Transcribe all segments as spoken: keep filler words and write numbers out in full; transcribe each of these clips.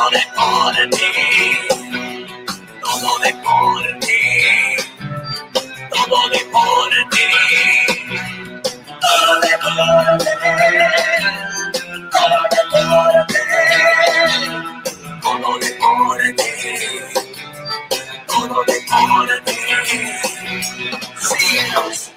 Todo deporte, todo deporte, todo deporte, todo deporte, todo deporte, todo deporte, todo deporte. Síguenos.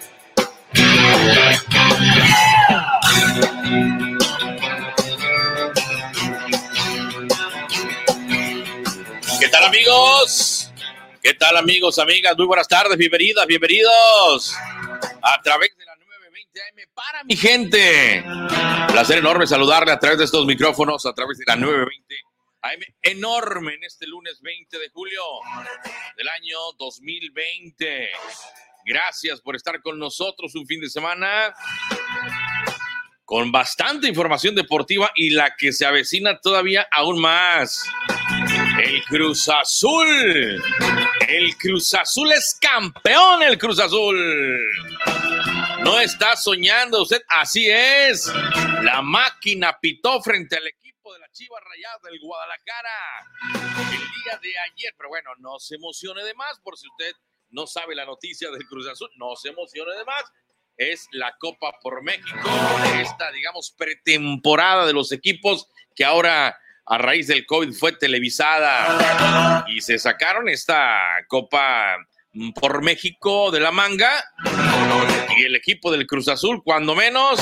¿Qué tal, amigos? ¿Qué tal, amigos, amigas? Muy buenas tardes, bienvenidas, bienvenidos a través de la nueve veinte A M para mi gente. Placer enorme saludarle a través de estos micrófonos, a través de la nueve veinte A M, enorme en este lunes veinte de julio del año dos mil veinte. Gracias por estar con nosotros un fin de semana con bastante información deportiva y la que se avecina todavía aún más. El Cruz Azul. El Cruz Azul es campeón, el Cruz Azul. No está soñando usted, así es. La máquina pitó frente al equipo de las Chivas Rayadas del Guadalajara el día de ayer. Pero bueno, no se emocione de más, por si usted no sabe la noticia del Cruz Azul, no se emocione de más. Es la Copa por México, esta, digamos, pretemporada de los equipos que ahora, a raíz del COVID, fue televisada y se sacaron esta Copa por México de la manga. Y el equipo del Cruz Azul, cuando menos,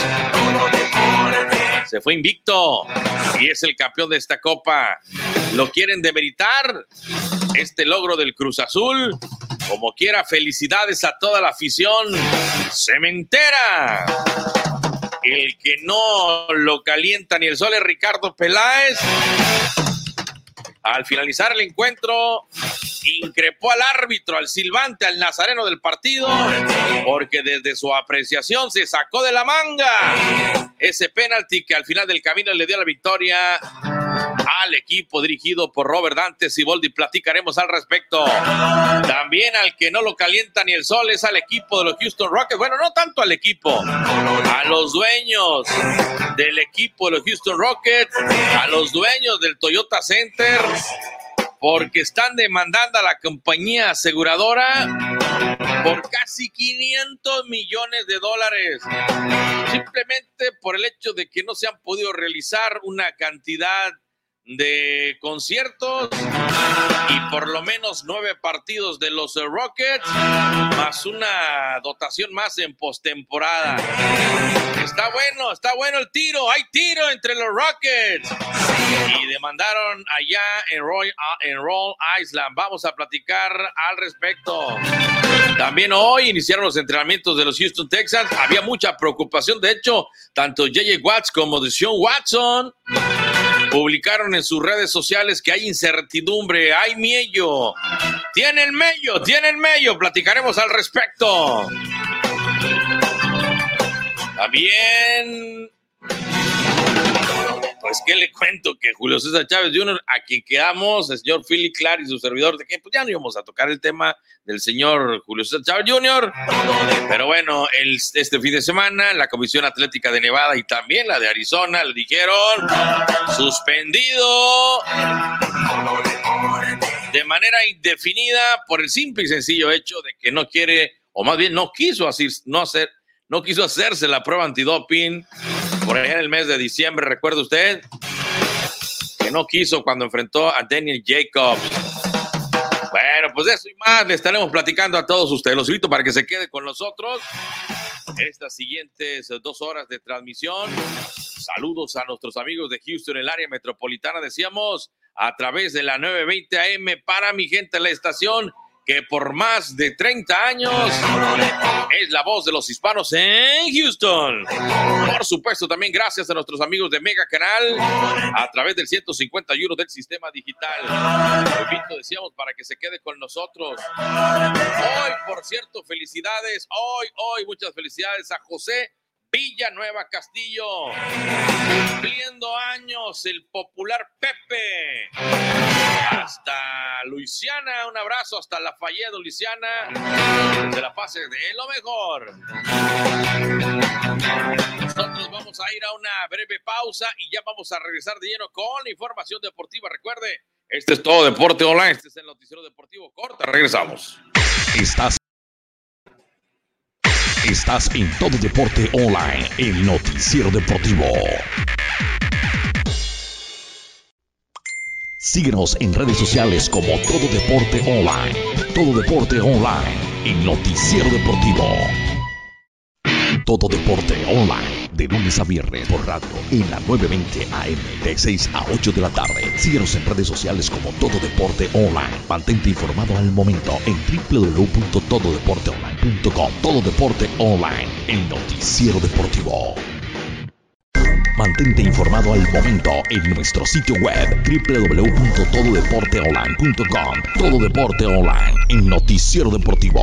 se fue invicto y es el campeón de esta Copa. ¿Lo quieren demeritar? Este logro del Cruz Azul, como quiera, felicidades a toda la afición cementera. El que no lo calienta ni el sol es Ricardo Peláez. Al finalizar el encuentro, increpó al árbitro, al silbante, al nazareno del partido, porque desde su apreciación se sacó de la manga ese penalti que al final del camino le dio la victoria al equipo dirigido por Robert Dante Siboldi. Platicaremos al respecto. También al que no lo calienta ni el sol es al equipo de los Houston Rockets. Bueno, no tanto al equipo, a los dueños del equipo de los Houston Rockets, a los dueños del Toyota Center, porque están demandando a la compañía aseguradora por casi quinientos millones de dólares, simplemente por el hecho de que no se han podido realizar una cantidad de conciertos y por lo menos nueve partidos de los Rockets, más una dotación más en postemporada. Está bueno, está bueno el tiro, hay tiro entre los Rockets. Y demandaron allá en Roy, en Rhode Island. Vamos a platicar al respecto. También hoy iniciaron los entrenamientos de los Houston Texans. Había mucha preocupación, de hecho, tanto J J Watts como Deshaun Watson publicaron en sus redes sociales que hay incertidumbre, hay mello. Tienen mello, tienen mello. Platicaremos al respecto. También, pues, ¿qué le cuento? Que Julio César Chávez junior, a quien quedamos, el señor Philly Clark y su servidor, de que pues ya no íbamos a tocar el tema del señor Julio César Chávez junior Pero bueno, el, este fin de semana, la Comisión Atlética de Nevada y también la de Arizona le dijeron suspendido de manera indefinida por el simple y sencillo hecho de que no quiere, o más bien no quiso así, no hacer, no quiso hacerse la prueba antidoping por allá en el mes de diciembre. ¿Recuerda usted? Que no quiso cuando enfrentó a Daniel Jacobs. Bueno, pues de eso y más le estaremos platicando a todos ustedes. Los invito para que se quede con nosotros estas siguientes dos horas de transmisión. Saludos a nuestros amigos de Houston, el área metropolitana, decíamos, a través de la nueve veinte A M para mi gente, la estación que por más de treinta años es la voz de los hispanos en Houston. Por supuesto, también gracias a nuestros amigos de Mega Canal a través del ciento cincuenta y uno del sistema digital. Lo invito, decíamos, para que se quede con nosotros. Hoy, por cierto, felicidades. Hoy, hoy, muchas felicidades a José Villanueva Castillo, cumpliendo años el popular Pepe, hasta Luisiana, un abrazo hasta Lafayette, Luisiana, de la pase de lo mejor. Nosotros vamos a ir a una breve pausa y ya vamos a regresar de lleno con la información deportiva. Recuerde, este es Todo Deporte Online, este es el noticiero deportivo corta, regresamos. Estás Estás en Todo Deporte Online, el noticiero deportivo. Síguenos en redes sociales como Todo Deporte Online. Todo Deporte Online, el noticiero deportivo. Todo Deporte Online, de lunes a viernes por radio en la nueve veinte A M, de seis a ocho de la tarde. Síguenos en redes sociales como Todo Deporte Online. Mantente informado al momento en doble u doble u doble u punto todo deporte online punto com. Todo Deporte Online, el noticiero deportivo. Mantente informado al momento en nuestro sitio web doble u doble u doble u punto todo deporte online punto com. Todo Deporte Online, el noticiero deportivo.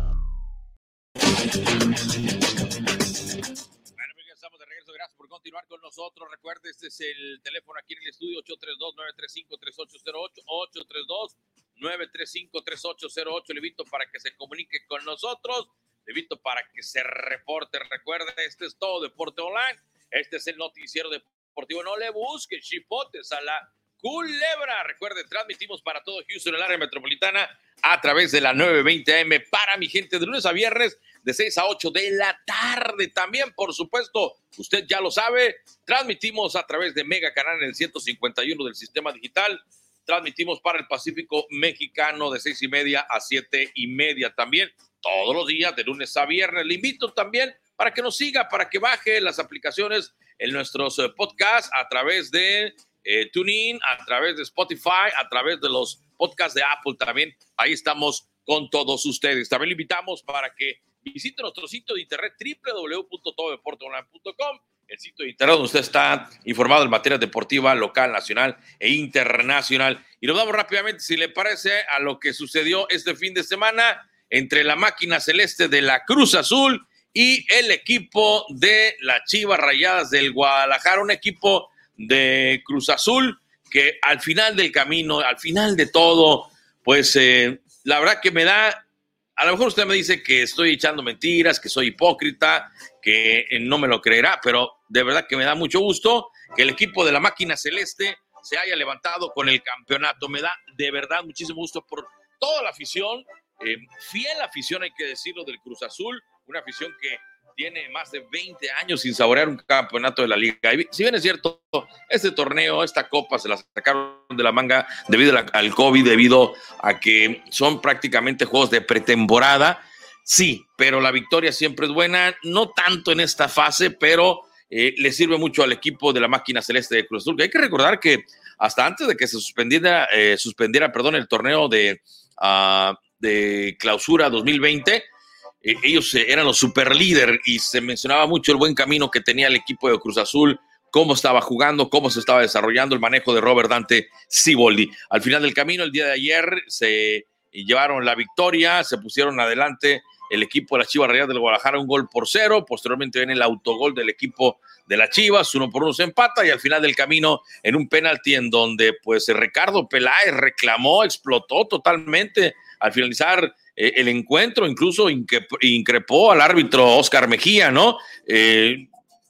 Gracias por continuar con nosotros. Recuerde, este es el teléfono aquí en el estudio, ocho tres dos, nueve tres cinco, tres ocho cero ocho, ocho tres dos, nueve tres cinco, tres ocho cero ocho. Le invito para que se comunique con nosotros, le invito para que se reporte. Recuerde, este es Todo Deporte Online, este es el noticiero deportivo. No le busque chipotes a la culebra. Recuerde, transmitimos para todo Houston, el área metropolitana, a través de la nueve veinte A M para mi gente, de lunes a viernes, de seis a ocho de la tarde. También, por supuesto, usted ya lo sabe, transmitimos a través de Mega Canal en el ciento cincuenta y uno del sistema digital. Transmitimos para el Pacífico Mexicano de seis y media a siete y media también, todos los días, de lunes a viernes. Le invito también para que nos siga, para que baje las aplicaciones en nuestros eh, podcasts a través de eh, TuneIn, a través de Spotify, a través de los podcasts de Apple también. Ahí estamos con todos ustedes. También le invitamos para que visite nuestro sitio de internet doble u doble u doble u punto todo deporte online punto com, el sitio de internet donde usted está informado en materia deportiva local, nacional e internacional. Y nos vamos rápidamente, si le parece, a lo que sucedió este fin de semana entre la máquina celeste de la Cruz Azul y el equipo de las Chivas Rayadas del Guadalajara, un equipo de Cruz Azul que al final del camino, al final de todo, pues eh, la verdad que me da. A lo mejor usted me dice que estoy echando mentiras, que soy hipócrita, que no me lo creerá, pero de verdad que me da mucho gusto que el equipo de la máquina celeste se haya levantado con el campeonato. Me da de verdad muchísimo gusto por toda la afición, eh, fiel afición, hay que decirlo, del Cruz Azul, una afición que tiene más de veinte años sin saborear un campeonato de la liga. Y si bien es cierto, este torneo, esta copa se la sacaron de la manga debido al COVID, debido a que son prácticamente juegos de pretemporada, sí, pero la victoria siempre es buena, no tanto en esta fase, pero eh, le sirve mucho al equipo de la máquina celeste de Cruz Azul. Hay que recordar que hasta antes de que se suspendiera, eh, suspendiera perdón, el torneo de, uh, de clausura dos mil veinte, ellos eran los superlíder y se mencionaba mucho el buen camino que tenía el equipo de Cruz Azul, cómo estaba jugando, cómo se estaba desarrollando, el manejo de Robert Dante Siboldi. Al final del camino, el día de ayer, se llevaron la victoria, se pusieron adelante el equipo de las Chivas Rayadas del Guadalajara, un gol por cero. Posteriormente viene el autogol del equipo de las Chivas, uno por uno se empata, y al final del camino, en un penalti en donde pues Ricardo Peláez reclamó, explotó totalmente al finalizar Eh, el encuentro, incluso increpó al árbitro Oscar Mejía, ¿no? Eh,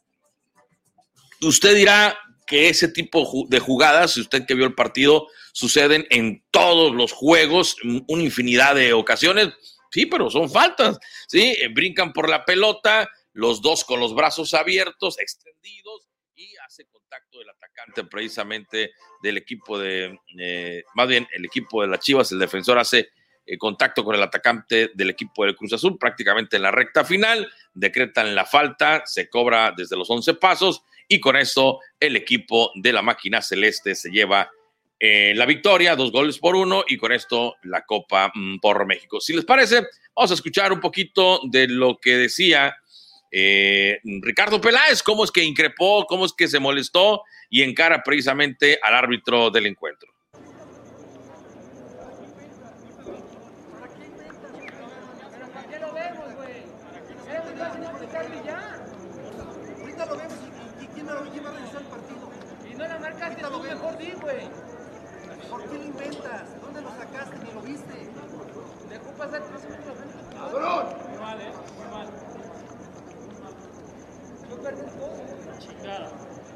usted dirá que ese tipo de jugadas, si usted que vio el partido, suceden en todos los juegos, una infinidad de ocasiones, sí, pero son faltas, ¿sí? Eh, brincan por la pelota, los dos con los brazos abiertos, extendidos, y hace contacto del atacante precisamente del equipo de, eh, más bien el equipo de las Chivas, el defensor hace Eh, contacto con el atacante del equipo del Cruz Azul, prácticamente en la recta final, decretan la falta, se cobra desde los once pasos, y con eso el equipo de la máquina celeste se lleva eh, la victoria, dos goles por uno, y con esto la Copa mm, por México. Si les parece, vamos a escuchar un poquito de lo que decía eh, Ricardo Peláez, cómo es que increpó, cómo es que se molestó y encara precisamente al árbitro del encuentro. sacaste tú? Mejor di, güey. ¿Por qué lo inventas? ¿Dónde lo sacaste? Ni lo viste. Dejó pasar tres segundos. ¡Cabrón! Muy mal, ¿eh? Muy mal. Yo perdí todo. Chingada.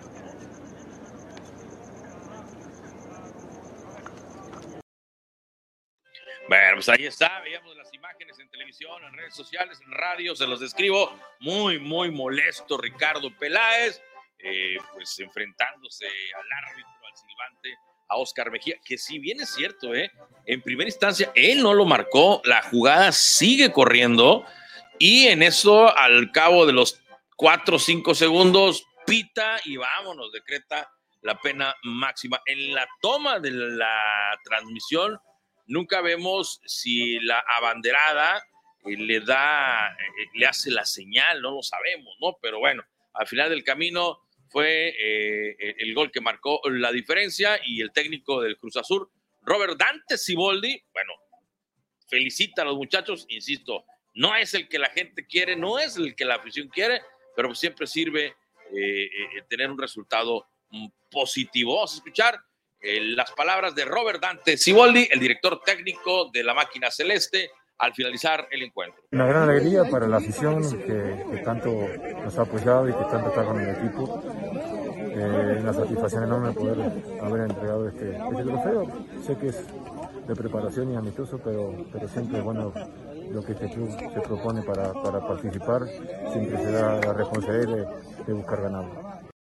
Bueno, pues ahí está, veíamos las imágenes en televisión, en redes sociales, en radio, se los describo, muy, muy molesto Ricardo Peláez, eh, pues enfrentándose al árbitro, al silbante, a Oscar Mejía, que si bien es cierto, eh, en primera instancia él no lo marcó, la jugada sigue corriendo y en eso al cabo de los cuatro o cinco segundos pita y vámonos, decreta la pena máxima. En la toma de la transmisión nunca vemos si la abanderada eh, le da, eh, le hace la señal, no lo sabemos, ¿no? Pero bueno, al final del camino fue eh, el gol que marcó la diferencia y el técnico del Cruz Azul, Robert Dante Siboldi, bueno, felicita a los muchachos, insisto, no es el que la gente quiere, no es el que la afición quiere, pero siempre sirve eh, eh, tener un resultado positivo. Vamos a escuchar Eh, las palabras de Robert Dante Siboldi, el director técnico de la máquina celeste, al finalizar el encuentro. Una gran alegría para la afición que, que tanto nos ha apoyado y que tanto está con el equipo. Eh, una satisfacción enorme poder haber entregado este, este trofeo. Sé que es de preparación y amistoso, pero, pero siempre es bueno lo que este club se propone para, para participar, siempre se da la responsabilidad de, de buscar ganarlo.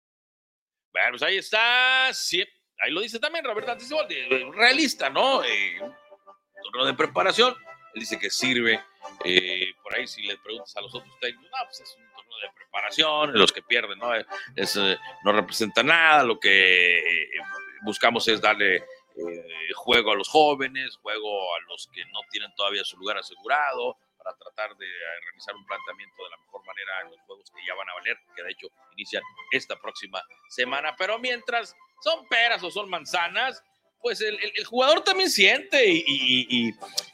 Bueno, pues ahí está, sí. Ahí lo dice también Roberto Anticiboldi, realista, ¿no? Eh, un torneo de preparación. Él dice que sirve. Eh, por ahí, si le preguntas a los otros técnicos, no, pues es un torneo de preparación. Los que pierden, ¿no? Es, eh, no representa nada. Lo que eh, buscamos es darle eh, juego a los jóvenes, juego a los que no tienen todavía su lugar asegurado, para tratar de realizar un planteamiento de la mejor manera en los juegos que ya van a valer, que de hecho inician esta próxima semana. Pero mientras son peras o son manzanas, pues el, el, el jugador también siente y, y, y,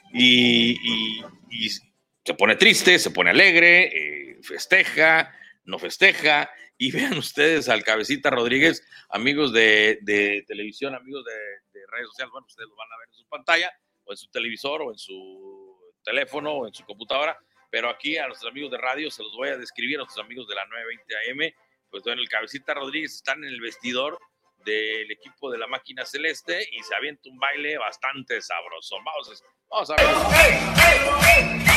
y, y, y se pone triste, se pone alegre, eh, festeja, no festeja. Y vean ustedes al Cabecita Rodríguez, amigos de, de televisión, amigos de, de redes sociales, bueno, ustedes lo van a ver en su pantalla, o en su televisor, o en su teléfono, o en su computadora, pero aquí a nuestros amigos de radio se los voy a describir, a nuestros amigos de la nueve veinte A M, pues bueno, el Cabecita Rodríguez están en el vestidor del equipo de la máquina celeste y se avienta un baile bastante sabroso. Vamos a, vamos a ver. ¡Hey, hey, hey!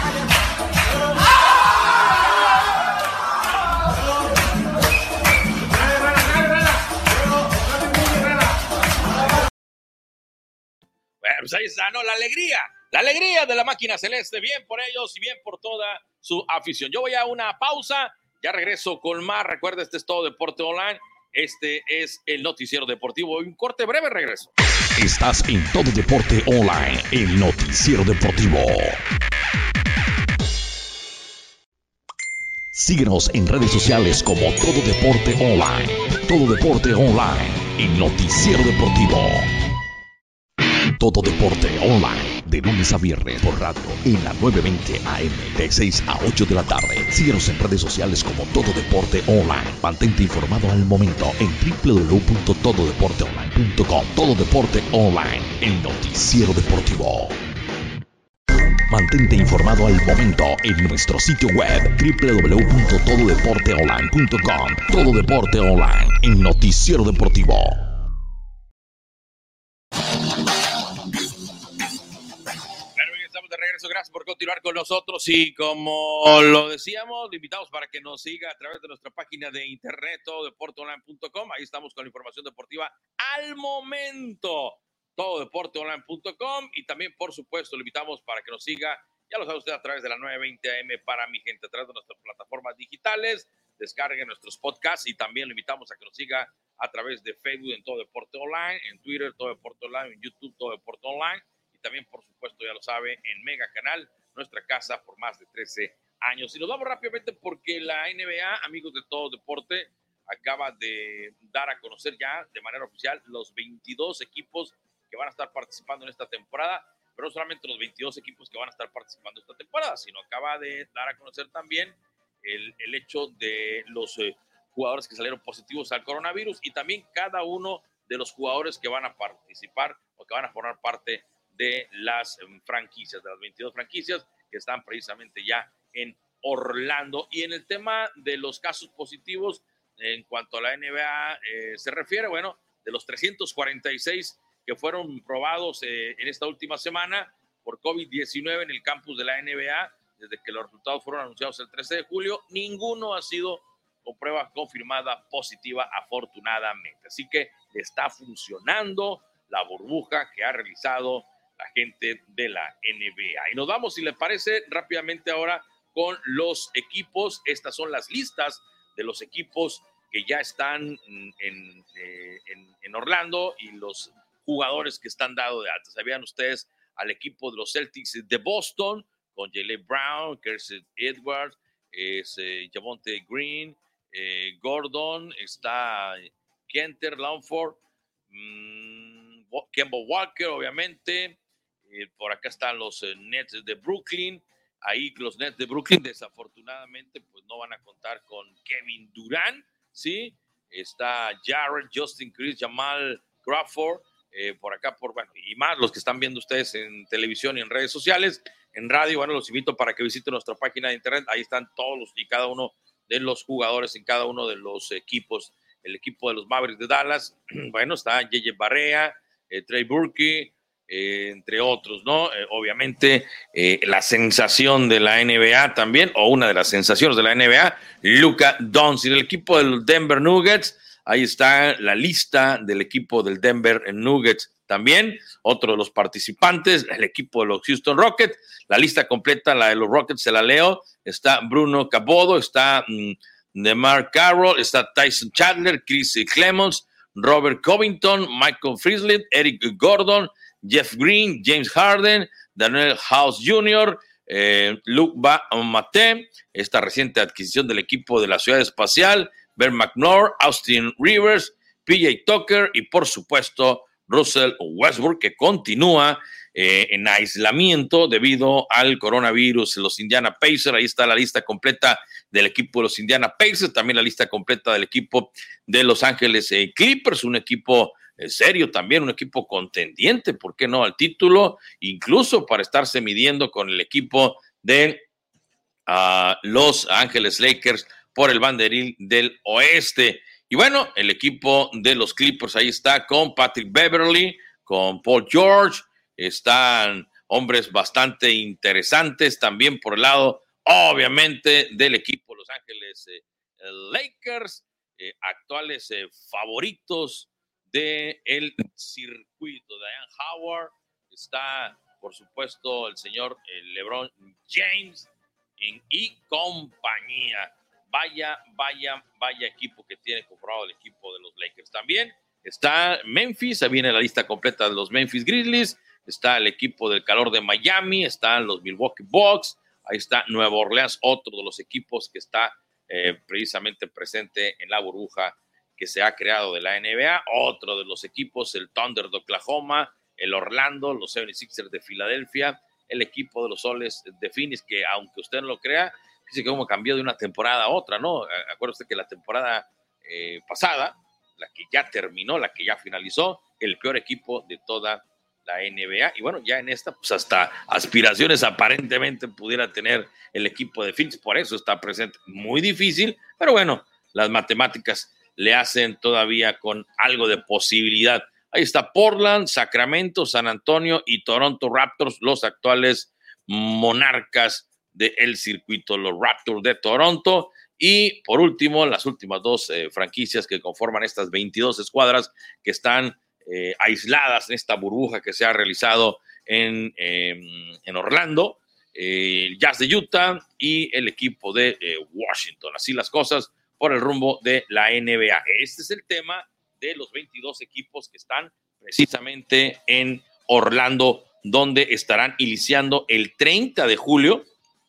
Bueno, pues ahí está, ¿no? La alegría, la alegría de la máquina celeste, bien por ellos y bien por toda su afición. Yo voy a una pausa, ya regreso con más. Recuerda, este es Todo Deporte Online. Este es el noticiero deportivo. Un corte breve, regreso. Estás en Todo Deporte Online, el noticiero deportivo. Síguenos en redes sociales como Todo Deporte Online. Todo Deporte Online, el noticiero deportivo. Todo Deporte Online, de lunes a viernes por radio en la nueve veinte A M, de seis a ocho de la tarde. Síguenos en redes sociales como Todo Deporte Online. Mantente informado al momento en doble u doble u doble u punto todo deporte online punto com. Todo Deporte Online, el noticiero deportivo. Mantente informado al momento en nuestro sitio web doble u doble u doble u punto todo deporte online punto com. Todo Deporte Online, el noticiero deportivo. De regreso, gracias por continuar con nosotros y como lo decíamos, le invitamos para que nos siga a través de nuestra página de internet todo deporte online punto com. Ahí estamos con la información deportiva al momento, todo deporte online punto com, y también por supuesto le invitamos para que nos siga, ya lo sabe usted, a través de la nueve veinte A M para mi gente, a través de nuestras plataformas digitales. Descarguen nuestros podcasts y también le invitamos a que nos siga a través de Facebook en Todo Deporte Online, en Twitter Todo Deporte Online, en YouTube Todo Deporte Online. Y también, por supuesto, ya lo sabe, en Mega Canal, nuestra casa por más de trece años. Y nos vamos rápidamente porque la N B A, amigos de Todo Deporte, acaba de dar a conocer ya de manera oficial los veintidós equipos que van a estar participando en esta temporada, pero no solamente los veintidós equipos que van a estar participando en esta temporada, sino acaba de dar a conocer también el, el hecho de los eh, jugadores que salieron positivos al coronavirus y también cada uno de los jugadores que van a participar o que van a formar parte de las franquicias, de las veintidós franquicias que están precisamente ya en Orlando. Y en el tema de los casos positivos, en cuanto a la N B A eh, se refiere, bueno, de los trescientos cuarenta y seis que fueron probados eh, en esta última semana por COVID diecinueve en el campus de la N B A, desde que los resultados fueron anunciados el trece de julio, ninguno ha sido con prueba confirmada positiva, afortunadamente. Así que está funcionando la burbuja que ha realizado la gente de la N B A. Y nos vamos, si les parece, rápidamente ahora con los equipos. Estas son las listas de los equipos que ya están en, en, en, en Orlando y los jugadores que están dados de alta. ¿Sabían ustedes al equipo de los Celtics de Boston con Jaylen Brown, Kersey Edwards, es, eh, Javonte Green, eh, Gordon, está Kenter, Langford, mmm, Kemba Walker, obviamente. Eh, por acá están los eh, Nets de Brooklyn. Ahí los Nets de Brooklyn, desafortunadamente, pues no van a contar con Kevin Durant, ¿sí? Está Jared, Justin Chris, Jamal Crawford, eh, por acá, por, bueno, y más los que están viendo ustedes en televisión y en redes sociales, en radio. Bueno, los invito para que visiten nuestra página de internet. Ahí están todos los, y cada uno de los jugadores en cada uno de los equipos. El equipo de los Mavericks de Dallas, bueno, está J J Barea, eh, Trey Burke, Eh, entre otros, ¿no? Eh, obviamente, eh, la sensación de la N B A también, o una de las sensaciones de la N B A, Luka Doncic, el equipo del Denver Nuggets. Ahí está la lista del equipo del Denver Nuggets también, otro de los participantes, el equipo de los Houston Rockets. La lista completa, la de los Rockets, se la leo. Está Bruno Cabodo, está mm, DeMar Carroll, está Tyson Chandler, Chris Clemons, Robert Covington, Michael Frizzlet, Eric Gordon, Jeff Green, James Harden, Daniel House junior, eh, Luke Mate, esta reciente adquisición del equipo de la Ciudad Espacial, Ben McNair, Austin Rivers, P J Tucker y por supuesto Russell Westbrook, que continúa eh, en aislamiento debido al coronavirus. Los Indiana Pacers, ahí está la lista completa del equipo de los Indiana Pacers, también la lista completa del equipo de Los Ángeles eh, Clippers, un equipo en serio también, un equipo contendiente, ¿por qué no?, al título, incluso para estarse midiendo con el equipo de uh, Los Ángeles Lakers por el banderín del oeste. Y bueno, el equipo de los Clippers ahí está con Patrick Beverley, con Paul George, están hombres bastante interesantes también por el lado, obviamente, del equipo de Los Ángeles eh, Lakers, eh, actuales eh, favoritos del circuito. Diane Howard, está por supuesto el señor eh, LeBron James en, y compañía. Vaya, vaya, vaya equipo que tiene conformado el equipo de los Lakers. También está Memphis, ahí viene la lista completa de los Memphis Grizzlies, está el equipo del calor de Miami, están los Milwaukee Bucks, ahí está Nueva Orleans, otro de los equipos que está eh, precisamente presente en la burbuja que se ha creado de la N B A, otro de los equipos, el Thunder de Oklahoma, el Orlando, los setenta y seis ers de Filadelfia, el equipo de los Soles de Phoenix, que aunque usted no lo crea, dice que como cambió de una temporada a otra, ¿no? Acuérdate que la temporada eh, pasada, la que ya terminó, la que ya finalizó, el peor equipo de toda la N B A, y bueno, ya en esta, pues hasta aspiraciones aparentemente pudiera tener el equipo de Phoenix, por eso está presente, muy difícil, pero bueno, las matemáticas le hacen todavía con algo de posibilidad. Ahí está Portland, Sacramento, San Antonio y Toronto Raptors, los actuales monarcas del circuito, los Raptors de Toronto. Y por último, las últimas dos eh, franquicias que conforman estas veintidós escuadras que están eh, aisladas en esta burbuja que se ha realizado en, eh, en Orlando, eh, el Jazz de Utah y el equipo de eh, Washington. Así las cosas por el rumbo de la N B A. Este es el tema de los veintidós equipos que están precisamente en Orlando, donde estarán iniciando el treinta de julio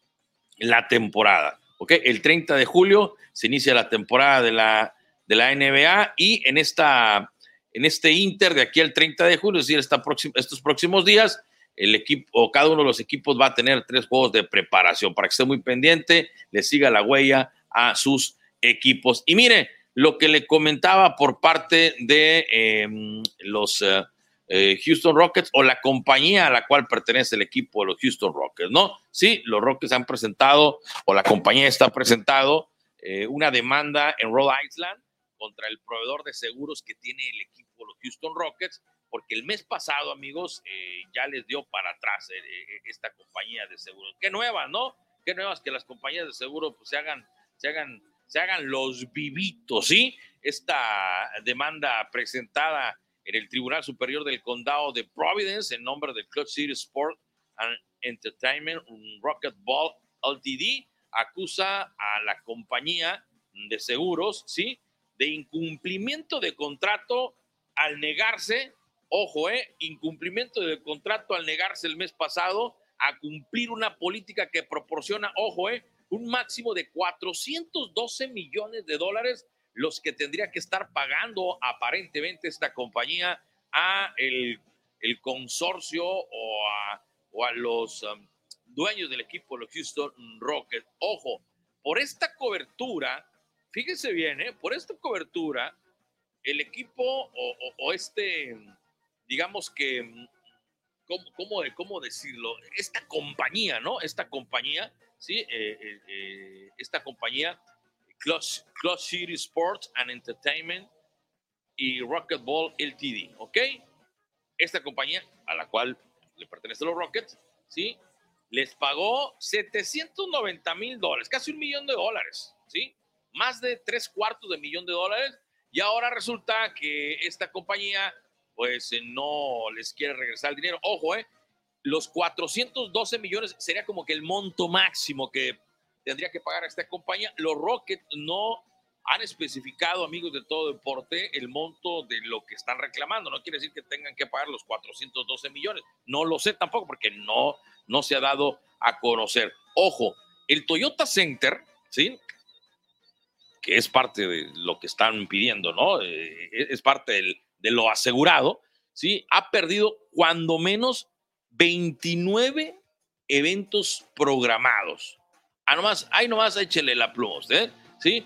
la temporada. ¿Ok? El treinta de julio se inicia la temporada de la, de la N B A y en, esta, en este inter de aquí al treinta de julio, es decir, esta próxima, estos próximos días, el equipo, o cada uno de los equipos va a tener tres juegos de preparación para que esté muy pendiente, le siga la huella a sus equipos. Y mire, lo que le comentaba por parte de eh, los uh, eh, Houston Rockets o la compañía a la cual pertenece el equipo de los Houston Rockets, ¿no? Sí, los Rockets han presentado, o la compañía está presentado eh, una demanda en Rhode Island contra el proveedor de seguros que tiene el equipo de los Houston Rockets, porque el mes pasado, amigos, eh, ya les dio para atrás eh, eh, esta compañía de seguros. Qué nuevas, ¿no? Qué nuevas que las compañías de seguros pues, se hagan, se hagan, se hagan los vivitos, ¿sí? Esta demanda presentada en el Tribunal Superior del Condado de Providence en nombre del Clutch City Sport and Entertainment Rocket Ball L T D acusa a la compañía de seguros, ¿sí?, de incumplimiento de contrato al negarse, ojo, eh, incumplimiento de contrato al negarse el mes pasado a cumplir una política que proporciona, ojo, eh, un máximo de cuatrocientos doce millones de dólares, los que tendría que estar pagando aparentemente esta compañía a el, el consorcio o a, o a los um, dueños del equipo de los Houston Rockets. Ojo, por esta cobertura, fíjense bien, ¿eh? Por esta cobertura, el equipo o, o, o este, digamos que, ¿cómo, cómo, cómo decirlo? Esta compañía, ¿no? Esta compañía, ¿sí? Eh, eh, eh, esta compañía, Clutch, Clutch City Sports and Entertainment y Rocket Ball L T D, ¿ok? Esta compañía, a la cual le pertenecen los Rockets, ¿sí?, les pagó setecientos noventa mil dólares, casi un millón de dólares, ¿sí? Más de tres cuartos de millón de dólares, y ahora resulta que esta compañía pues no les quiere regresar el dinero. Ojo, eh, los cuatrocientos doce millones sería como que el monto máximo que tendría que pagar a esta compañía. Los Rockets no han especificado, amigos de Todo Deporte, el monto de lo que están reclamando. No quiere decir que tengan que pagar los cuatrocientos doce millones. No lo sé tampoco porque no, no se ha dado a conocer. Ojo, el Toyota Center, ¿sí?, que es parte de lo que están pidiendo, ¿no? Eh, es parte del, de lo asegurado, ¿sí?, ha perdido cuando menos veintinueve eventos programados. Ah, nomás, ahí nomás échele la pluma a usted, ¿sí?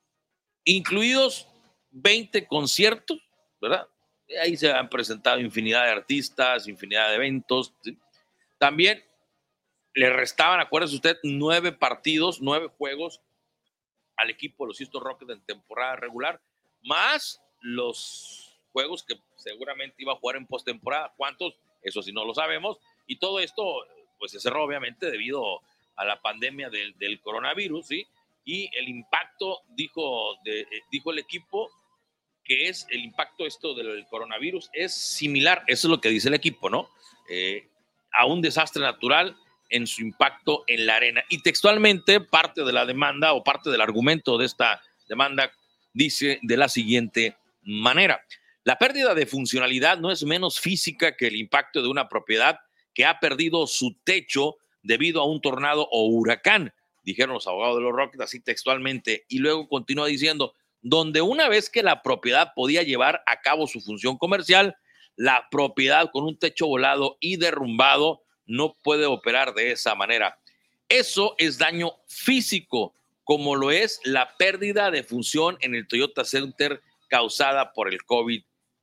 Incluidos veinte conciertos, ¿verdad? Ahí se han presentado infinidad de artistas, infinidad de eventos, ¿sí? También le restaban, acuérdese usted, nueve partidos, nueve juegos al equipo de los Houston Rockets en temporada regular, más los juegos que seguramente iba a jugar en postemporada. ¿Cuántos? Eso sí no lo sabemos. Y todo esto pues se cerró obviamente debido a la pandemia del, del coronavirus, ¿sí? Y el impacto, dijo, de, eh, dijo el equipo, que es el impacto esto del coronavirus, es similar, eso es lo que dice el equipo, ¿no? Eh, a un desastre natural en su impacto en la arena. Y textualmente parte de la demanda o parte del argumento de esta demanda dice de la siguiente manera: la pérdida de funcionalidad no es menos física que el impacto de una propiedad que ha perdido su techo debido a un tornado o huracán, dijeron los abogados de los Rockets, así textualmente. Y luego continúa diciendo, donde una vez que la propiedad podía llevar a cabo su función comercial, la propiedad con un techo volado y derrumbado no puede operar de esa manera. Eso es daño físico, como lo es la pérdida de función en el Toyota Center causada por el COVID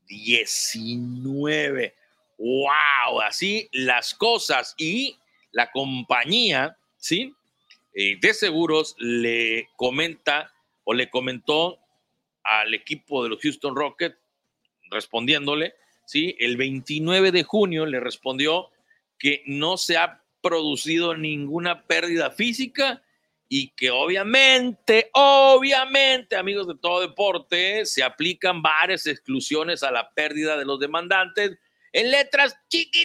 diecinueve. ¡Wow! Así las cosas. Y la compañía, ¿sí?, eh, de seguros le comenta o le comentó al equipo de los Houston Rockets, respondiéndole, ¿sí?, el veintinueve de junio le respondió que no se ha producido ninguna pérdida física y que obviamente, obviamente, amigos de Todo Deporte, se aplican varias exclusiones a la pérdida de los demandantes en letras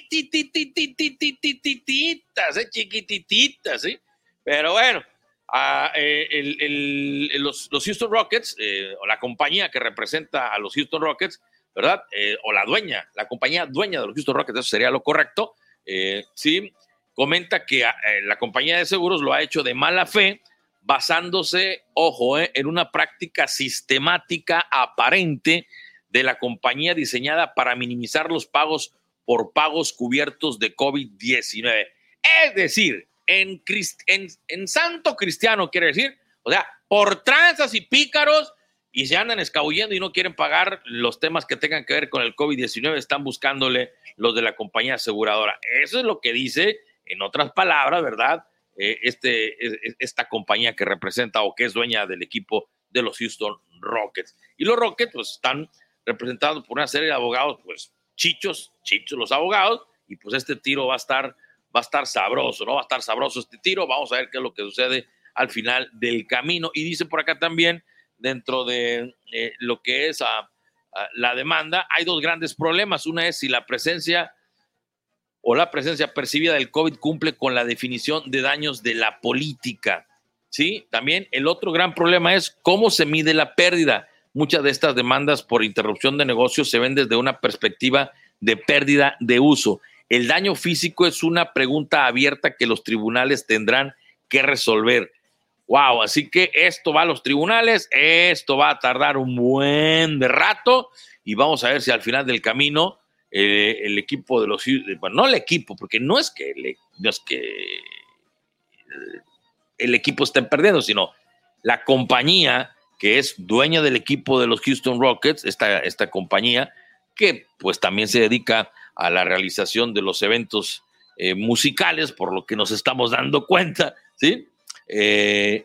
chiquitititititititititas, ¿eh? chiquitititas, ¿sí? Pero bueno, uh, eh, el, el, los, los Houston Rockets, eh, o la compañía que representa a los Houston Rockets, ¿verdad? Eh, o la dueña, la compañía dueña de los Houston Rockets, eso sería lo correcto, eh, sí, comenta que eh, la compañía de seguros lo ha hecho de mala fe, basándose, ojo, eh, en una práctica sistemática aparente de la compañía diseñada para minimizar los pagos por pagos cubiertos de COVID diecinueve. Es decir, en, en, en santo cristiano quiere decir, o sea, por tranzas y pícaros, y se andan escabullendo y no quieren pagar los temas que tengan que ver con el COVID diecinueve, están buscándole los de la compañía aseguradora. Eso es lo que dice, en otras palabras, ¿verdad? Eh, este, esta compañía que representa o que es dueña del equipo de los Houston Rockets. Y los Rockets pues están representados por una serie de abogados, pues chichos, chichos los abogados, y pues este tiro va a estar, va a estar sabroso, ¿no? Va a estar sabroso este tiro, vamos a ver qué es lo que sucede al final del camino. Y dice por acá también, dentro de eh, lo que es a, a la demanda, hay dos grandes problemas. Una es si la presencia o la presencia percibida del COVID cumple con la definición de daños de la política, ¿sí? También el otro gran problema es cómo se mide la pérdida. Muchas de estas demandas por interrupción de negocios se ven desde una perspectiva de pérdida de uso. El daño físico es una pregunta abierta que los tribunales tendrán que resolver. Wow, así que esto va a los tribunales, esto va a tardar un buen de rato y vamos a ver si al final del camino eh, el equipo de los, bueno, no el equipo, porque no es que, le, no es que el equipo esté perdiendo, sino la compañía que es dueña del equipo de los Houston Rockets, esta, esta compañía que pues también se dedica a la realización de los eventos eh, musicales, por lo que nos estamos dando cuenta, ¿sí? Eh,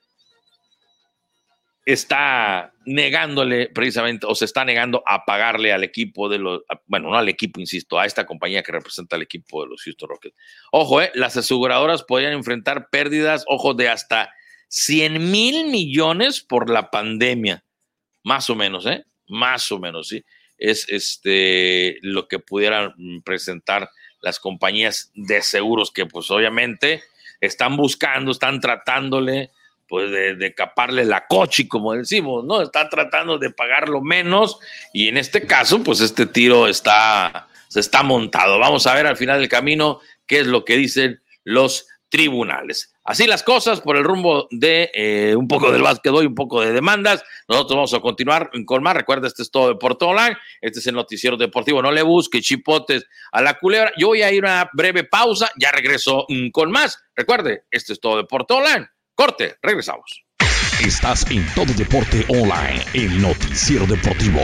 está negándole precisamente, o se está negando a pagarle al equipo de los, bueno, no al equipo, insisto, a esta compañía que representa al equipo de los Houston Rockets. Ojo, eh, las aseguradoras podrían enfrentar pérdidas, ojo, de hasta cien mil millones por la pandemia, más o menos, ¿eh? Más o menos, ¿sí? Es este, lo que pudieran presentar las compañías de seguros que, pues, obviamente están buscando, están tratándole pues de, de caparle la cochi, como decimos, ¿no? Están tratando de pagarlo menos y en este caso, pues este tiro está, se está montado. Vamos a ver al final del camino qué es lo que dicen los tribunales. Así las cosas por el rumbo de eh, un poco del básquetbol y un poco de demandas. Nosotros vamos a continuar con más. Recuerda, este es todo Deporte Online. Este es el noticiero deportivo. No le busque chipotes a la culebra. Yo voy a ir a una breve pausa. Ya regreso mm, con más. Recuerde, este es todo Deporte Online. Corte, regresamos. Estás en Todo Deporte Online, el noticiero deportivo.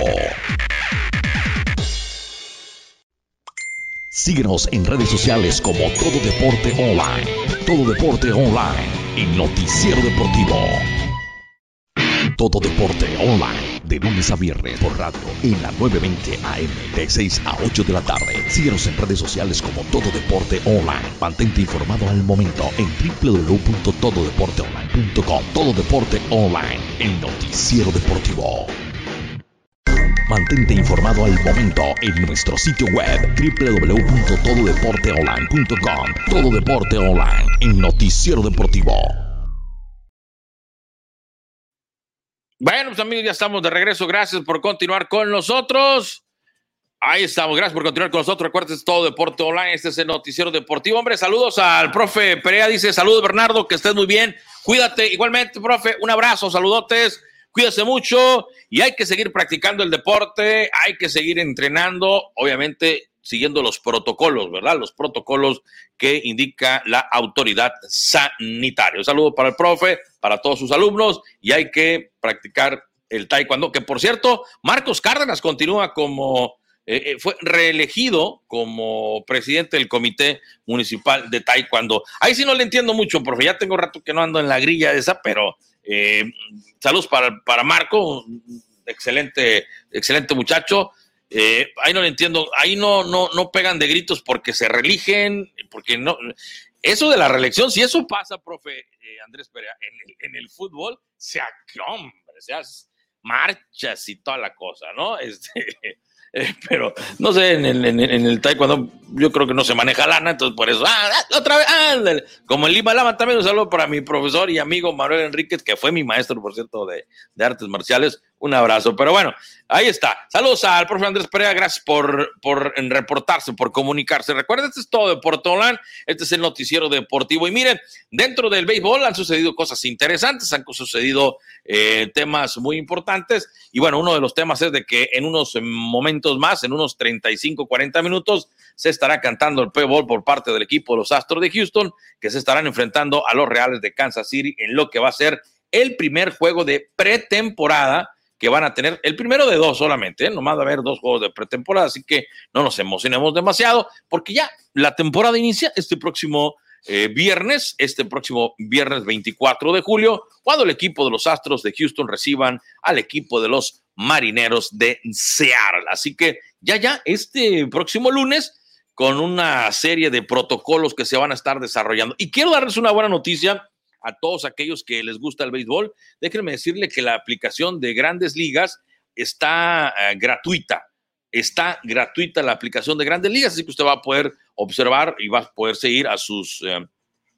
Síguenos en redes sociales como Todo Deporte Online. Todo Deporte Online, el noticiero deportivo. Todo Deporte Online, de lunes a viernes por radio en la nueve veinte A M, de seis a ocho de la tarde. Síguenos en redes sociales como Todo Deporte Online. Mantente informado al momento en doble u doble u doble u punto todo deporte online punto com. Todo Deporte Online, el noticiero deportivo. Mantente informado al momento en nuestro sitio web doble u doble u doble u punto todo deporte online punto com. Todo Deporte Online, el noticiero deportivo. Bueno, pues amigos, ya estamos de regreso. Gracias por continuar con nosotros. Ahí estamos, gracias por continuar con nosotros. Recuerden, es todo Deporte Online. Este es el noticiero deportivo. Hombre, saludos al profe Perea. Dice, saludos Bernardo, que estés muy bien. Cuídate. Igualmente, profe, un abrazo, saludotes. Cuídese mucho y hay que seguir practicando el deporte. Hay que seguir entrenando, obviamente siguiendo los protocolos, ¿verdad? Los protocolos que indica la autoridad sanitaria. Un saludo para el profe, para todos sus alumnos, y hay que practicar el taekwondo, que por cierto, Marcos Cárdenas continúa como, eh, fue reelegido como presidente del Comité Municipal de Taekwondo. Ahí sí no le entiendo mucho, profe, ya tengo rato que no ando en la grilla esa, pero eh, saludos para, para Marco, excelente, excelente muchacho. Eh, ahí no le entiendo, ahí no, no, no pegan de gritos porque se reeligen, porque no, eso de la reelección, si eso pasa, profe eh, Andrés Perea, en el, en el fútbol, se hombre, se hace marchas y toda la cosa, ¿no? Este, eh, pero, no sé, en el, en, en el taekwondo yo creo que no se maneja lana, entonces por eso, ah, otra vez, ah, como en Lima Lama también, un saludo para mi profesor y amigo Manuel Enríquez, que fue mi maestro, por cierto, de, de artes marciales. Un abrazo, pero bueno, ahí está. Saludos al profe Andrés Perea, gracias por, por reportarse, por comunicarse. Recuerden, este es todo Deporte Online, este es el noticiero deportivo. Y miren, dentro del béisbol han sucedido cosas interesantes, han sucedido eh, temas muy importantes. Y bueno, uno de los temas es de que en unos momentos más, en unos treinta y cinco, cuarenta minutos, se estará cantando el P-Ball por parte del equipo de los Astros de Houston, que se estarán enfrentando a los Reales de Kansas City en lo que va a ser el primer juego de pretemporada que van a tener el primero de dos solamente, ¿eh? Nomás va a haber dos juegos de pretemporada, así que no nos emocionemos demasiado, porque ya la temporada inicia este próximo eh, viernes, este próximo viernes veinticuatro de julio, cuando el equipo de los Astros de Houston reciban al equipo de los Marineros de Seattle. Así que ya, ya, este próximo lunes, con una serie de protocolos que se van a estar desarrollando. Y quiero darles una buena noticia a todos aquellos que les gusta el béisbol. Déjenme decirle que la aplicación de Grandes Ligas está uh, gratuita. Está gratuita la aplicación de Grandes Ligas, así que usted va a poder observar y va a poder seguir a sus, eh,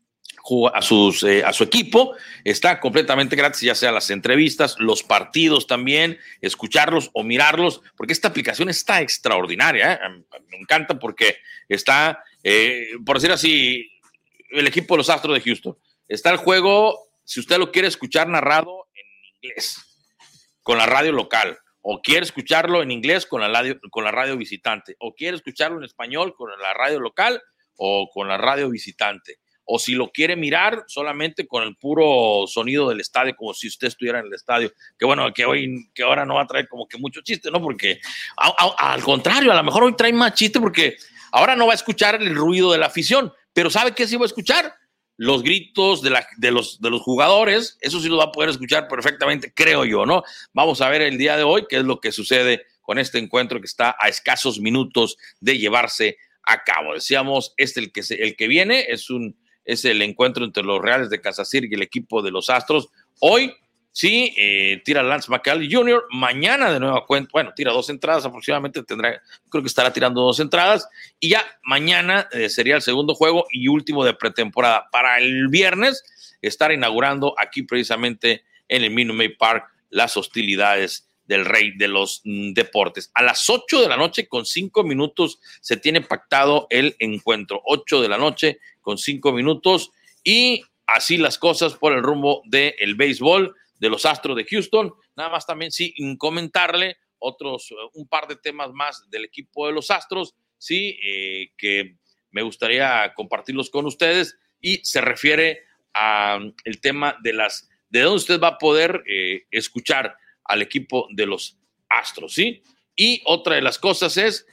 a, sus eh, a su equipo. Está completamente gratis, ya sea las entrevistas, los partidos también, escucharlos o mirarlos, porque esta aplicación está extraordinaria. ¿eh? Me encanta porque está, eh, por decir así, el equipo de los Astros de Houston. Está el juego, si usted lo quiere escuchar narrado en inglés, con la radio local, o quiere escucharlo en inglés con la radio, con la radio visitante, o quiere escucharlo en español con la radio local o con la radio visitante, o si lo quiere mirar solamente con el puro sonido del estadio, como si usted estuviera en el estadio, que bueno, que hoy, que ahora no va a traer como que mucho chiste, ¿no? Porque a, a, al contrario, a lo mejor hoy trae más chiste porque ahora no va a escuchar el ruido de la afición, pero ¿sabe qué sí va a escuchar? Los gritos de, la, de, los, de los jugadores, eso sí lo va a poder escuchar perfectamente, creo yo, ¿no? Vamos a ver el día de hoy qué es lo que sucede con este encuentro que está a escasos minutos de llevarse a cabo. Decíamos, este el que, se, el que viene es, un, es el encuentro entre los Reales de Kansas City y el equipo de los Astros. Hoy, sí, eh, tira Lance McCullers junior Mañana de nueva cuenta, bueno, tira dos entradas aproximadamente, tendrá, creo que estará tirando dos entradas. Y ya mañana eh, sería el segundo juego y último de pretemporada. Para el viernes, estar inaugurando aquí precisamente en el Minute Maid Park las hostilidades del rey de los mm, deportes. A las ocho de la noche con cinco minutos se tiene pactado el encuentro. ocho de la noche con cinco minutos y así las cosas por el rumbo del béisbol de los Astros de Houston. Nada más también sí comentarle otros, un par de temas más del equipo de los Astros, sí, eh, que me gustaría compartirlos con ustedes y se refiere a um, el tema de las, de dónde usted va a poder eh, escuchar al equipo de los Astros, sí. Y otra de las cosas es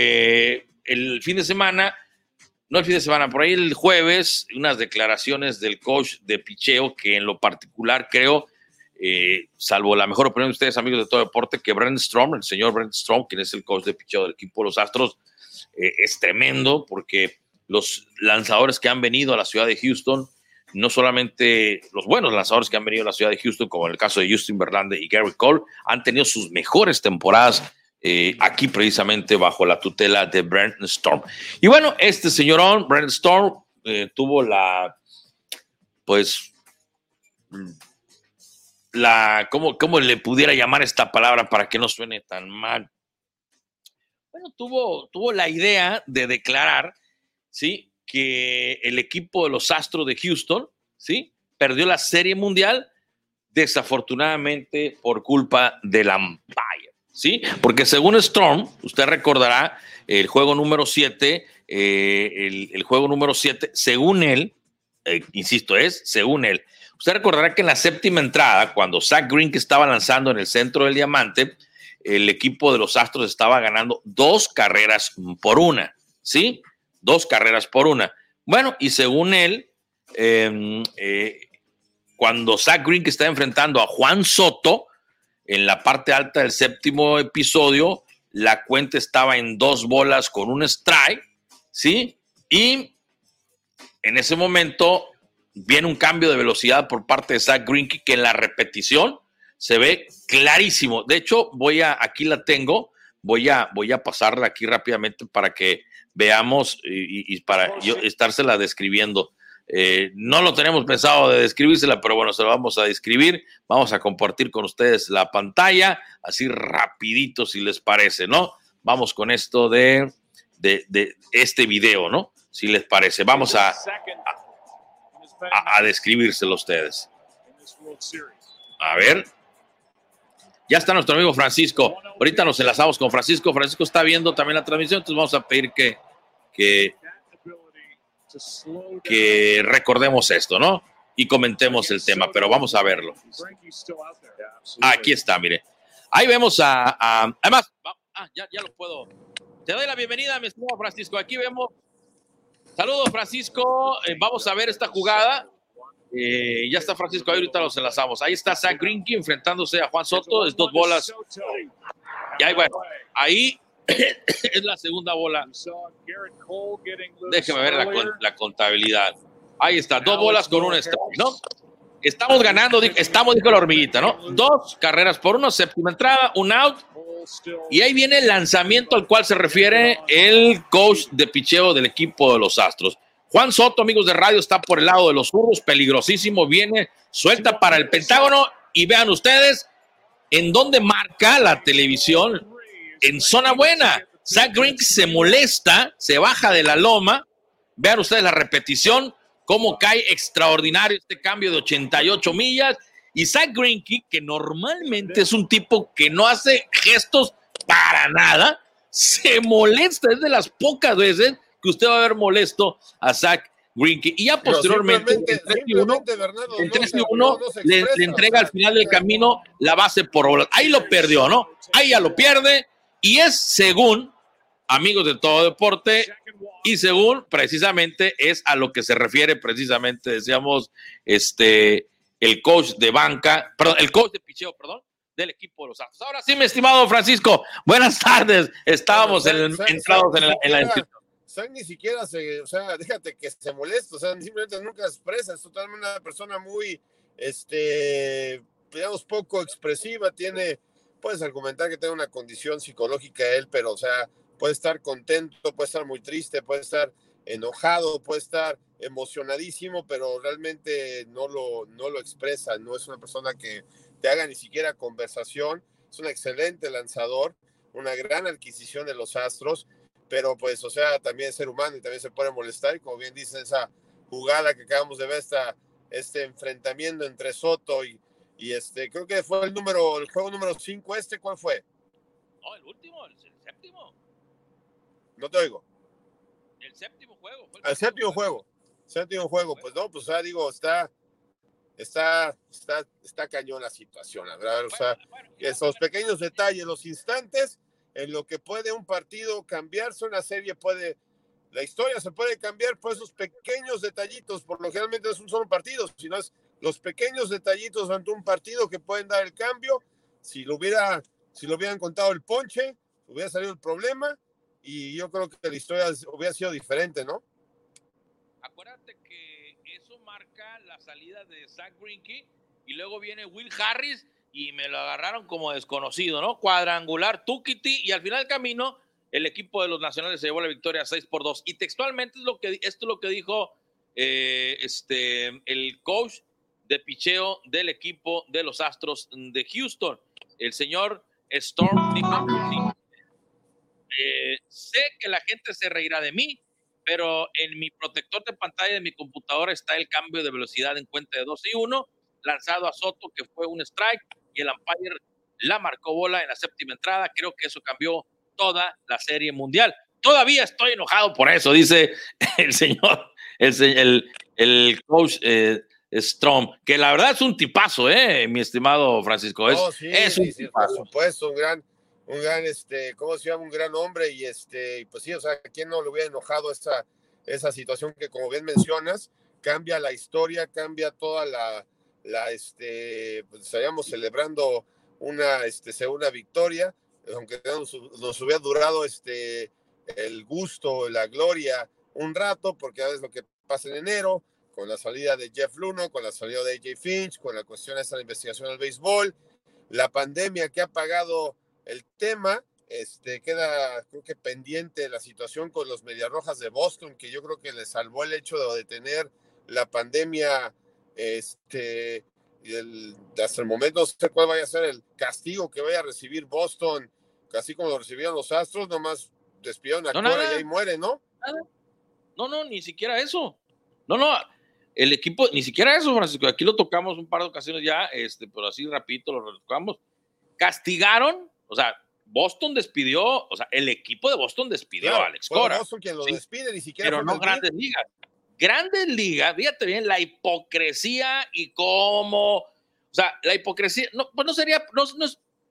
que el fin de semana, no el fin de semana, por ahí el jueves, unas declaraciones del coach de picheo que en lo particular creo Eh, salvo la mejor opinión de ustedes, amigos de todo deporte, que Brent Strom, el señor Brent Strom, quien es el coach de picheo del equipo de los Astros, eh, es tremendo porque los lanzadores que han venido a la ciudad de Houston, no solamente los buenos lanzadores que han venido a la ciudad de Houston, como en el caso de Justin Verlander y Gary Cole, han tenido sus mejores temporadas eh, aquí precisamente bajo la tutela de Brent Strom. Y bueno, este señorón, Brent Strom, eh, tuvo la, pues, la, ¿cómo, ¿cómo le pudiera llamar esta palabra para que no suene tan mal? Bueno, tuvo, tuvo la idea de declarar, ¿sí?, que el equipo de los Astros de Houston, ¿sí?, perdió la Serie Mundial desafortunadamente por culpa del umpire, ¿sí? Porque según Storm, usted recordará el juego número siete, eh, el, el juego número siete, según él, eh, insisto, es según él, usted recordará que en la séptima entrada, cuando Zach Greinke estaba lanzando en el centro del diamante, el equipo de los Astros estaba ganando dos carreras por una, ¿sí? Dos carreras por una. Bueno, y según él, eh, eh, cuando Zach Greinke está enfrentando a Juan Soto, en la parte alta del séptimo episodio, la cuenta estaba en dos bolas con un strike, ¿sí? Y en ese momento viene un cambio de velocidad por parte de Zach Greinke que en la repetición se ve clarísimo. De hecho, voy a, aquí la tengo, voy a, voy a pasarla aquí rápidamente para que veamos y, y para yo estársela describiendo. Eh, no lo tenemos pensado de describírsela, pero bueno, se lo vamos a describir. Vamos a compartir con ustedes la pantalla, así rapidito si les parece, ¿no? Vamos con esto de, de, de este video, ¿no? Si les parece. Vamos a, a, a describírselo a ustedes. A ver. Ya está nuestro amigo Francisco. Ahorita nos enlazamos con Francisco. Francisco está viendo también la transmisión, entonces vamos a pedir que, que, que recordemos esto, ¿no? Y comentemos el tema, pero vamos a verlo. Aquí está, mire. Ahí vemos a, a además, ah, ya, ya lo puedo. Te doy la bienvenida, mi estimado Francisco. Aquí vemos. Saludos, Francisco. Eh, vamos a ver esta jugada. Eh, ya está Francisco, ahí ahorita los enlazamos. Ahí está Zach Greinke enfrentándose a Juan Soto. Es dos bolas. Y ahí, bueno, ahí es la segunda bola. Déjeme ver la, la contabilidad. Ahí está, dos bolas con un strike, ¿no? Estamos ganando, estamos, dijo la hormiguita, ¿no? Dos carreras por uno, séptima entrada, un out. Y ahí viene el lanzamiento al cual se refiere el coach de picheo del equipo de los Astros. Juan Soto, amigos de radio, está por el lado de los zurdos, peligrosísimo, viene, suelta para el Pentágono y vean ustedes en dónde marca la televisión, en zona buena. Zach Greinke se molesta, se baja de la loma, vean ustedes la repetición, cómo cae extraordinario este cambio de ochenta y ocho millas, y Zach Greinke, que normalmente es un tipo que no hace gestos para nada, se molesta, es de las pocas veces que usted va a ver molesto a Zach Greinke. Y ya posteriormente, en tres y uno, en tres y uno le, le entrega al final del camino la base por bolas. Ahí lo perdió, ¿no? Ahí ya lo pierde. Y es según, amigos de Todo Deporte, y según precisamente es a lo que se refiere precisamente, decíamos, este, el coach de banca, perdón, el coach de picheo, perdón, del equipo de los Astros. Ahora sí, mi estimado Francisco, buenas tardes. Estábamos en el, entrados en la, en la Zach ni siquiera se, o sea, déjate que se moleste, o sea, simplemente nunca expresa, es totalmente una persona muy, este, digamos, poco expresiva, tiene, puedes argumentar que tiene una condición psicológica él, pero, o sea, puede estar contento, puede estar muy triste, puede estar enojado, puede estar emocionadísimo, pero realmente no lo, no lo expresa, no es una persona que te haga ni siquiera conversación, es un excelente lanzador, una gran adquisición de los Astros, pero pues, o sea, también es ser humano y también se puede molestar, y como bien dice esa jugada que acabamos de ver, esta, este enfrentamiento entre Soto y, y este, creo que fue el número, el juego número cinco, este, ¿cuál fue? No, el último, el, el séptimo. No te oigo. El séptimo juego. Fue el, el séptimo juego. juego. Séptimo juego, pues no, pues o sea, digo, está, está, está, está cañón la situación, la verdad, o sea, esos pequeños detalles, los instantes en lo que puede un partido cambiarse, una serie puede, la historia se puede cambiar por esos pequeños detallitos, por lo generalmente no es un solo partido, sino es los pequeños detallitos ante un partido que pueden dar el cambio. Si lo hubiera, si lo hubieran contado el ponche, hubiera salido el problema, y yo creo que la historia hubiera sido diferente, ¿no? Acuérdate que eso marca la salida de Zach Greinke, y luego viene Will Harris, y me lo agarraron como desconocido, ¿no? Cuadrangular, Tukiti, y al final del camino, el equipo de los Nacionales se llevó la victoria seis por dos. Y textualmente es lo que, esto es lo que dijo eh, este, el coach de picheo del equipo de los Astros de Houston, el señor Storm. Dijo, eh, sé que la gente se reirá de mí, pero en mi protector de pantalla de mi computadora está el cambio de velocidad en cuenta de dos y uno, lanzado a Soto, que fue un strike, y el umpire la marcó bola en la séptima entrada. Creo que eso cambió toda la serie mundial. Todavía estoy enojado por eso, dice el señor, el, el, el coach eh, Strom, que la verdad es un tipazo, eh, mi estimado Francisco. Es, oh, sí, es un sí, sí, tipazo. por supuesto, un gran, un gran, este, ¿cómo se llama? Un gran hombre, y este, pues sí, o sea, ¿a quién no le hubiera enojado esa, esa situación que, como bien mencionas, cambia la historia, cambia toda la, la este, pues estaríamos celebrando una, este, segunda victoria, aunque nos, nos hubiera durado este, el gusto, la gloria un rato, porque ya ves lo que pasa en enero, con la salida de Jeff Luhnow, con la salida de A J Finch, con la cuestión esta de la investigación del béisbol, la pandemia que ha apagado el tema, este, queda creo que pendiente la situación con los Mediarrojas de Boston, que yo creo que le salvó el hecho de detener la pandemia. Este, el, hasta el momento no sé cuál vaya a ser el castigo que vaya a recibir Boston, así como lo recibieron los Astros, nomás despidieron a no, Cora nada, y ahí muere, ¿no? Nada. No, no, ni siquiera eso. No, no, el equipo, ni siquiera eso, Francisco. Aquí lo tocamos un par de ocasiones ya, este, pero así rapidito lo tocamos. Castigaron, o sea, Boston despidió, o sea, el equipo de Boston despidió claro, a Alex Cora. Boston quien lo sí, despide, ni siquiera pero no Grandes Ligas. Grandes Ligas, fíjate bien, la hipocresía y cómo, o sea, la hipocresía, no, pues no sería, no, no es,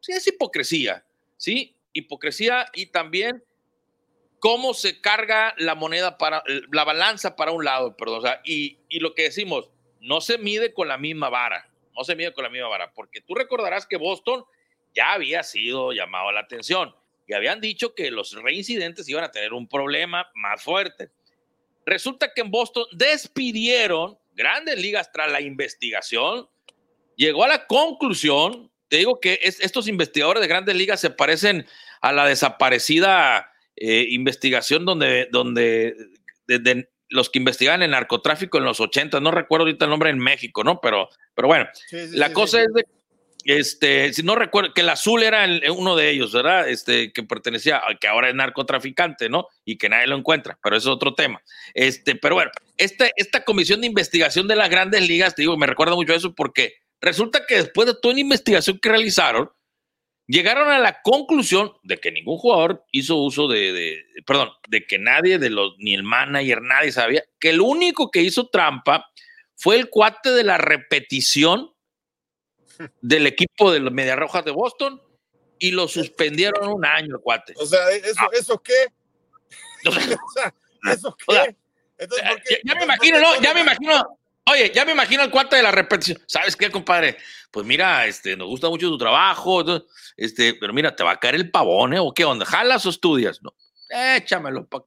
sí es hipocresía, ¿sí? Hipocresía y también cómo se carga la moneda para, la balanza para un lado, perdón, o sea, y, y lo que decimos, no se mide con la misma vara, no se mide con la misma vara, porque tú recordarás que Boston ya había sido llamado a la atención y habían dicho que los reincidentes iban a tener un problema más fuerte. Resulta que en Boston despidieron Grandes Ligas tras la investigación, llegó a la conclusión, te digo que es, estos investigadores de Grandes Ligas se parecen a la desaparecida Eh, investigación donde, donde de, de los que investigaban el narcotráfico en los ochenta, no recuerdo ahorita el nombre en México, ¿no? Pero, pero bueno, sí, sí, la sí, cosa sí. es de, este, si no recuerdo, que el azul era el, uno de ellos, ¿verdad? Este, que pertenecía, que ahora es narcotraficante, ¿no? Y que nadie lo encuentra, pero eso es otro tema. Este, pero bueno, esta, esta comisión de investigación de las Grandes Ligas, te digo, me recuerda mucho a eso porque resulta que después de toda una investigación que realizaron, llegaron a la conclusión de que ningún jugador hizo uso de, de, perdón, de que nadie de los, ni el manager, nadie sabía, que el único que hizo trampa fue el cuate de la repetición del equipo de los Medias Rojas de Boston y lo suspendieron un año, el cuate. O sea, ¿eso, ¿eso qué? O sea, O sea, ¿eso o sea, qué? Entonces, ¿por qué? ya, ya me imagino, ¿no? Ya me imagino. Oye, ya me imagino el cuate de la repetición. ¿Sabes qué, compadre? Pues mira, este, nos gusta mucho tu trabajo, este, pero mira, te va a caer el pavón, ¿eh? ¿O qué onda? ¿Jalas o estudias? No. Échamelo para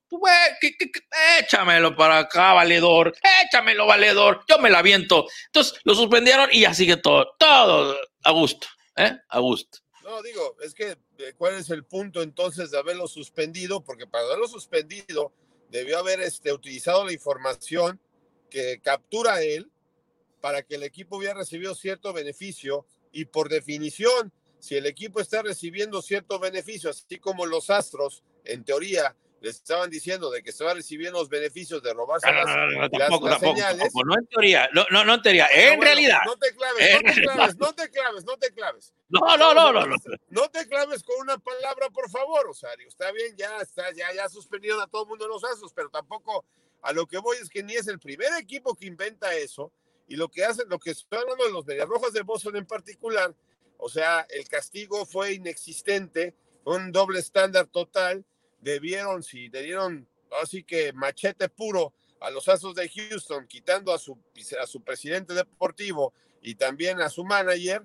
échamelo para acá, valedor. Échamelo, valedor. Yo me la aviento. Entonces lo suspendieron y ya sigue todo, todo a gusto, ¿eh? A gusto. No, digo, es que, ¿cuál es el punto entonces de haberlo suspendido? Porque para haberlo suspendido, debió haber este, utilizado la información que captura él para que el equipo hubiera recibido cierto beneficio y por definición, si el equipo está recibiendo cierto beneficio, así como los Astros, en teoría, les estaban diciendo de que se va a recibir los beneficios de robarse No, no, las, no, no, las, tampoco, las tampoco, señales. tampoco, no en teoría, no, no, no en teoría, Pero en bueno, realidad. No te claves, En no te realidad. claves, no te claves, no te claves. No, no, no, no, no. No te claves con una palabra, por favor, Osario. Está bien, ya está, ya, ya suspendieron a todo el mundo en los Astros, pero tampoco a lo que voy es que ni es el primer equipo que inventa eso. Y lo que hacen, lo que estoy hablando de los Medias Rojas de Boston en particular, o sea, el castigo fue inexistente, fue un doble estándar total. Debieron, si le dieron así que machete puro a los Astros de Houston, quitando a su, a su presidente deportivo y también a su manager,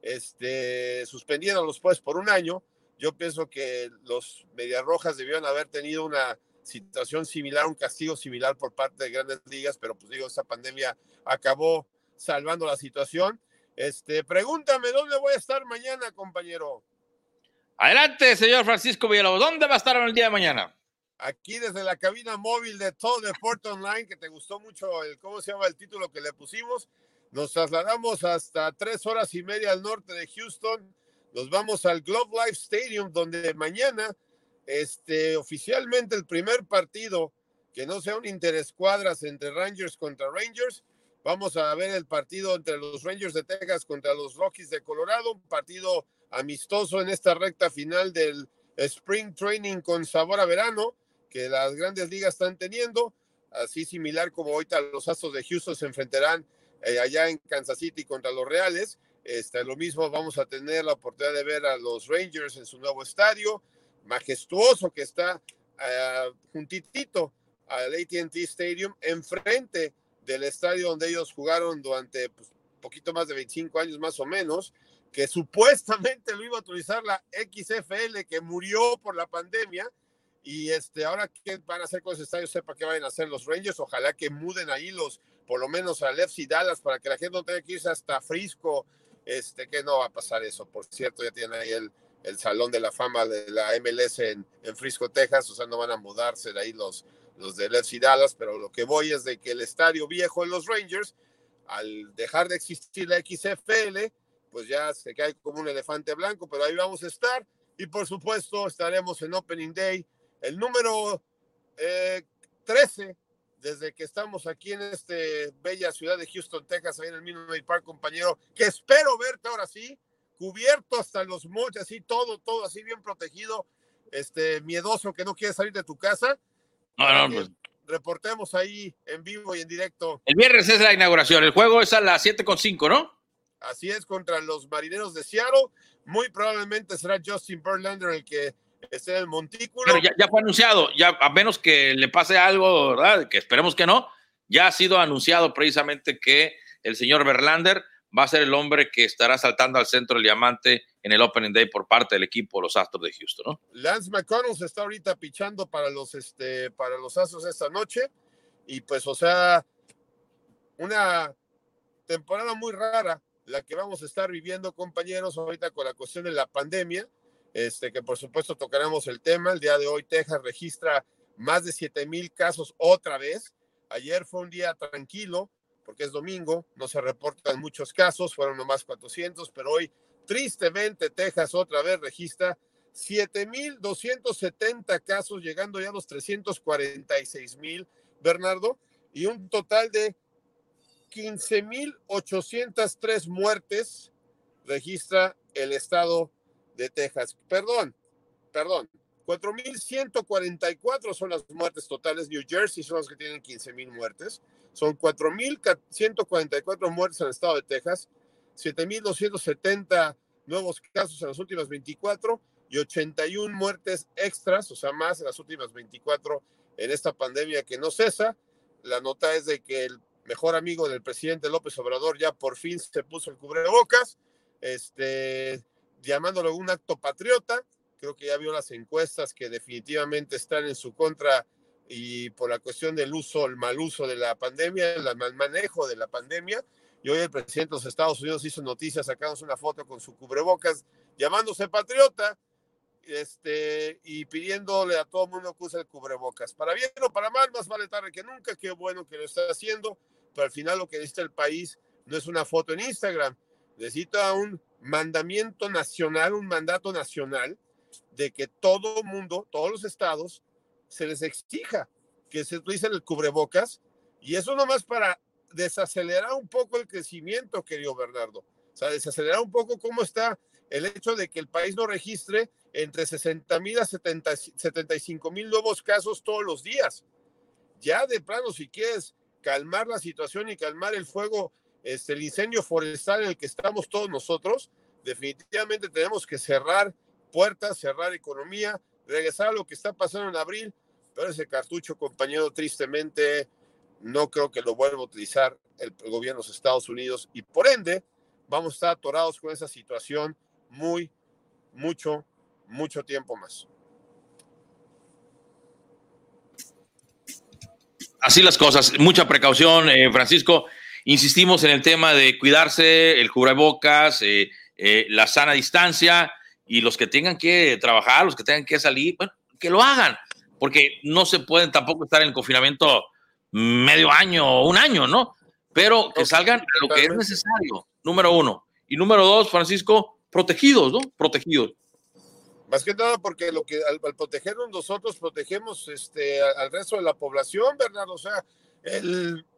este, suspendiéndolos pues por un año. Yo pienso que los Medias Rojas debieron haber tenido una situación similar, un castigo similar por parte de Grandes Ligas, pero pues digo, esa pandemia acabó salvando la situación. Este, pregúntame, ¿dónde voy a estar mañana, compañero? Adelante, señor Francisco Villalobos, ¿dónde va a estar el día de mañana? Aquí desde la cabina móvil de Todo Deporte Online, que te gustó mucho el, ¿cómo se llama el título que le pusimos? Nos trasladamos hasta tres horas y media al norte de Houston. Nos vamos al Globe Life Stadium, donde mañana, este, oficialmente el primer partido, que no sea un interescuadras entre Rangers contra Rangers. Vamos a ver el partido entre los Rangers de Texas contra los Rockies de Colorado, un partido amistoso en esta recta final del Spring Training con sabor a verano, que las Grandes Ligas están teniendo, así similar como ahorita los Astros de Houston se enfrentarán eh, allá en Kansas City contra los Reales. Este, lo mismo vamos a tener la oportunidad de ver a los Rangers en su nuevo estadio, majestuoso que está uh, juntitito al A T and T Stadium, enfrente del estadio donde ellos jugaron durante pues, un poquito más de veinticinco años más o menos, que supuestamente lo iba a utilizar la X F L, que murió por la pandemia. Y este, ahora, ¿qué van a hacer con ese estadio? Sepa qué vayan a hacer los Rangers. Ojalá que muden ahí los, por lo menos al F C Dallas, para que la gente no tenga que irse hasta Frisco. Este, que no va a pasar eso. Por cierto, ya tienen ahí el, el Salón de la Fama de la M L S en, en Frisco, Texas. O sea, no van a mudarse de ahí los, los del F C Dallas. Pero lo que voy es de que el estadio viejo de los Rangers, al dejar de existir la X F L, pues ya se cae como un elefante blanco. Pero ahí vamos a estar. Y por supuesto, estaremos en Opening Day. El número eh, trece, desde que estamos aquí en esta bella ciudad de Houston, Texas, ahí en el Minute Maid Park, compañero, que espero verte ahora sí, cubierto hasta los mochos, así todo, todo así bien protegido, este, miedoso que no quieres salir de tu casa. No, no, pues. Reportemos ahí en vivo y en directo. El viernes es la inauguración, el juego es a las siete con cinco, ¿no? Así es, contra los Marineros de Seattle. Muy probablemente será Justin Verlander el que esté en el montículo. Pero ya, ya fue anunciado, ya a menos que le pase algo, ¿verdad? Que esperemos que no. Ya ha sido anunciado precisamente que el señor Verlander va a ser el hombre que estará saltando al centro del diamante en el Opening Day por parte del equipo los Astros de Houston, ¿no? Lance McConnell se está ahorita pichando para los, este, para los Astros esta noche. Y pues, o sea, una temporada muy rara la que vamos a estar viviendo, compañeros, ahorita con la cuestión de la pandemia, este, que por supuesto tocaremos el tema. El día de hoy Texas registra más de siete mil casos otra vez. Ayer fue un día tranquilo, porque es domingo, no se reportan muchos casos, fueron nomás cuatrocientos, pero hoy, tristemente, Texas otra vez registra siete mil doscientos setenta casos, llegando ya a los trescientos cuarenta y seis mil, Bernardo, y un total de quince mil ochocientas tres muertes registra el estado de Texas. Perdón, perdón, cuatro mil ciento cuarenta y cuatro son las muertes totales. New Jersey son los que tienen quince mil muertes. Son cuatro mil ciento cuarenta y cuatro muertes en el estado de Texas, siete mil doscientos setenta nuevos casos en las últimas veinticuatro y ochenta y una muertes extras, o sea, más en las últimas veinticuatro en esta pandemia que no cesa. La nota es de que el mejor amigo del presidente López Obrador ya por fin se puso el cubrebocas, este, llamándolo un acto patriota. Creo que ya vio las encuestas que definitivamente están en su contra y por la cuestión del uso, el mal uso de la pandemia, el mal manejo de la pandemia. Y hoy el presidente de los Estados Unidos hizo noticias sacándose una foto con su cubrebocas, llamándose patriota, este, y pidiéndole a todo el mundo que use el cubrebocas. Para bien o para mal, más vale tarde que nunca. Qué bueno que lo está haciendo, pero al final lo que necesita el país no es una foto en Instagram, necesita un mandamiento nacional, un mandato nacional de que todo mundo, todos los estados, se les exija que se utilicen el cubrebocas, y eso nomás para desacelerar un poco el crecimiento, querido Bernardo. O sea, desacelerar un poco cómo está el hecho de que el país no registre entre sesenta mil a setenta, setenta y cinco mil nuevos casos todos los días. Ya de plano, si quieres calmar la situación y calmar el fuego, este, el incendio forestal en el que estamos todos nosotros, definitivamente tenemos que cerrar puertas, cerrar economía, regresar a lo que está pasando en abril, pero ese cartucho, compañero, tristemente no creo que lo vuelva a utilizar el, el gobierno de los Estados Unidos, y por ende vamos a estar atorados con esa situación muy, mucho, mucho tiempo más. Así las cosas, mucha precaución, eh, Francisco. Insistimos en el tema de cuidarse, el cubrebocas, eh, eh, la sana distancia, y los que tengan que trabajar, los que tengan que salir, bueno, que lo hagan, porque no se pueden tampoco estar en confinamiento medio año o un año, ¿no? Pero que salgan a lo que es necesario, número uno. Y número dos, Francisco, protegidos, ¿no? Protegidos. Más que nada porque lo que al, al protegernos nosotros protegemos este, al resto de la población, Bernardo. O sea, el,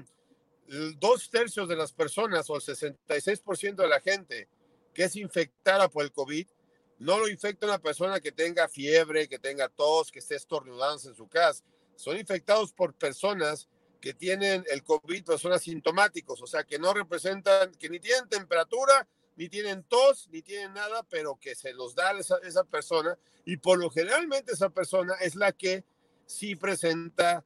el dos tercios de las personas o el sesenta y seis por ciento de la gente que es infectada por el COVID, no lo infecta una persona que tenga fiebre, que tenga tos, que esté estornudando en su casa. Son infectados por personas que tienen el COVID, pero son asintomáticos, o sea, que no representan, que ni tienen temperatura, ni tienen tos, ni tienen nada, pero que se los da esa, esa persona, y por lo generalmente esa persona es la que sí presenta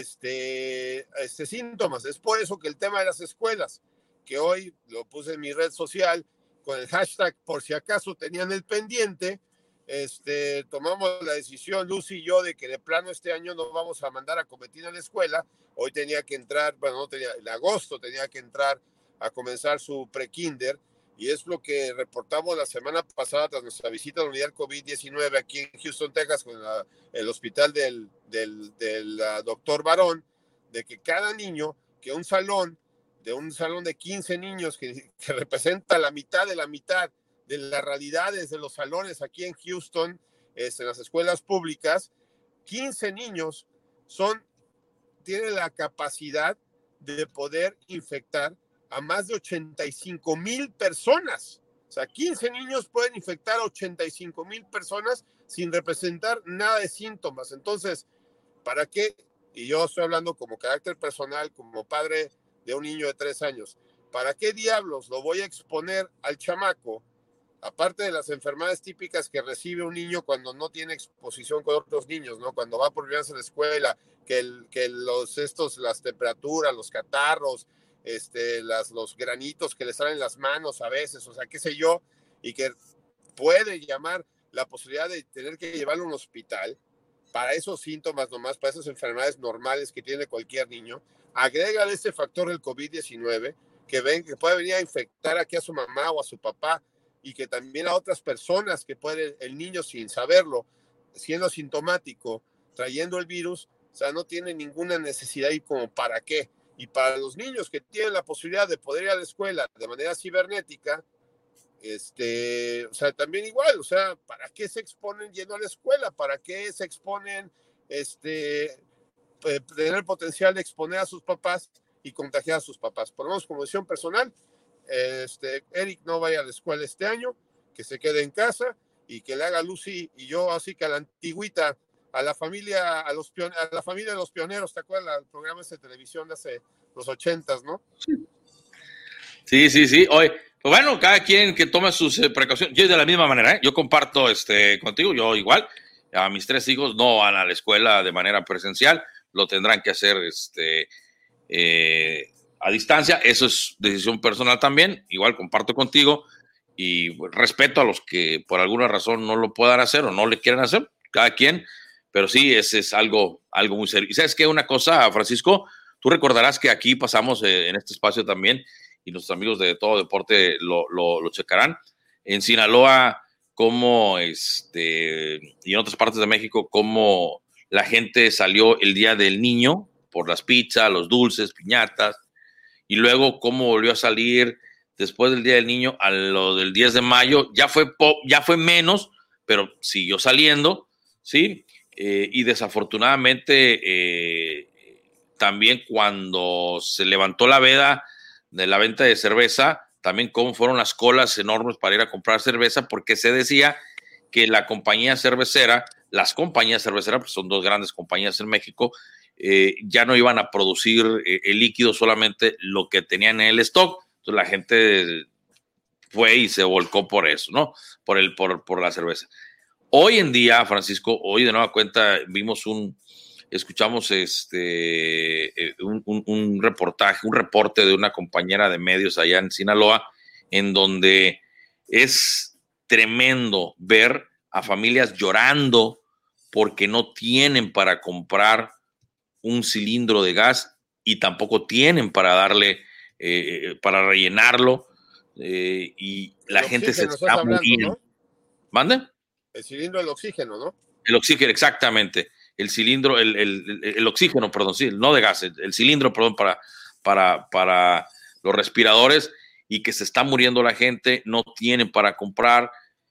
este, este síntomas. Es por eso que el tema de las escuelas, que hoy lo puse en mi red social, con el hashtag por si acaso tenían el pendiente, este, tomamos la decisión, Lucy y yo, de que de plano este año no vamos a mandar a Cometina a la escuela. Hoy tenía que entrar, bueno, no tenía, en agosto tenía que entrar a comenzar su pre-kinder, y es lo que reportamos la semana pasada tras nuestra visita a la unidad COVID diecinueve aquí en Houston, Texas, con la, el hospital del, del, del uh, doctor Barón, de que cada niño, que un salón, de un salón de quince niños que, que representa la mitad de la mitad de las realidades de los salones aquí en Houston, este, en las escuelas públicas, quince niños son, tienen la capacidad de poder infectar a más de ochenta y cinco mil personas. O sea, quince niños pueden infectar a ochenta y cinco mil personas sin representar nada de síntomas. Entonces, ¿para qué? Y yo estoy hablando como carácter personal, como padre de un niño de tres años. ¿para qué diablos lo voy a exponer al chamaco? Aparte de las enfermedades típicas que recibe un niño cuando no tiene exposición con otros niños, ¿no? Cuando va por primera vez a la escuela, que, el, que los, estos, las temperaturas, los catarros, este, las, los granitos que le salen en las manos a veces, o sea, qué sé yo, y que puede llamar la posibilidad de tener que llevarlo a un hospital para esos síntomas nomás, para esas enfermedades normales que tiene cualquier niño. Agrégale este factor del COVID diecinueve, que, ven, que puede venir a infectar aquí a su mamá o a su papá, y que también a otras personas que puede el niño sin saberlo, siendo sintomático, trayendo el virus, o sea, no tiene ninguna necesidad y como para qué. Y para los niños que tienen la posibilidad de poder ir a la escuela de manera cibernética, este, o sea, también igual, o sea, ¿para qué se exponen yendo a la escuela? ¿Para qué se exponen, este, tener el potencial de exponer a sus papás y contagiar a sus papás? Por lo menos como decisión personal, este, Eric no vaya a la escuela este año, que se quede en casa y que le haga Lucy y yo así que a la antigüita, a la familia, a los pion- a la familia de los pioneros, ¿te acuerdas? El programa de televisión de hace los ochentas, ¿no? Sí, sí, sí. Oye, pues bueno, cada quien que tome sus eh, precauciones. Yo de la misma manera, ¿eh? Yo comparto este contigo, yo igual. A mis tres hijos no van a la escuela de manera presencial, lo tendrán que hacer este eh, a distancia. Eso es decisión personal también. Igual comparto contigo y respeto a los que por alguna razón no lo puedan hacer o no le quieran hacer, cada quien. Pero sí, ese es algo, algo muy serio. Y sabes qué, una cosa, Francisco, tú recordarás que aquí pasamos eh, en este espacio también, y nuestros amigos de Todo Deporte lo, lo, lo checarán. En Sinaloa, como este, y en otras partes de México, cómo la gente salió el día del niño por las pizzas, los dulces, piñatas, y luego cómo volvió a salir después del día del niño a lo del diez de mayo. Ya fue, pop, ya fue menos, pero siguió saliendo, ¿sí? Eh, y desafortunadamente eh, también cuando se levantó la veda de la venta de cerveza, también cómo fueron las colas enormes para ir a comprar cerveza, porque se decía que la compañía cervecera, las compañías cerveceras, pues son dos grandes compañías en México, eh, ya no iban a producir eh, el líquido, solamente lo que tenían en el stock. Entonces la gente fue y se volcó por eso, ¿no? Por, el, por, por la cerveza. Hoy en día, Francisco, hoy de nueva cuenta vimos un, escuchamos este, un, un, un reportaje, un reporte de una compañera de medios allá en Sinaloa, en donde es tremendo ver a familias llorando porque no tienen para comprar un cilindro de gas y tampoco tienen para darle, eh, para rellenarlo, eh, y la El gente se oxígeno, está estás hablando, muriendo. ¿no? ¿Mande? El cilindro del oxígeno, ¿no? El oxígeno, exactamente. El cilindro, el, el, el, el oxígeno, perdón, sí, no de gas, el, el cilindro, perdón, para, para, para los respiradores, y que se está muriendo la gente, no tienen para comprar.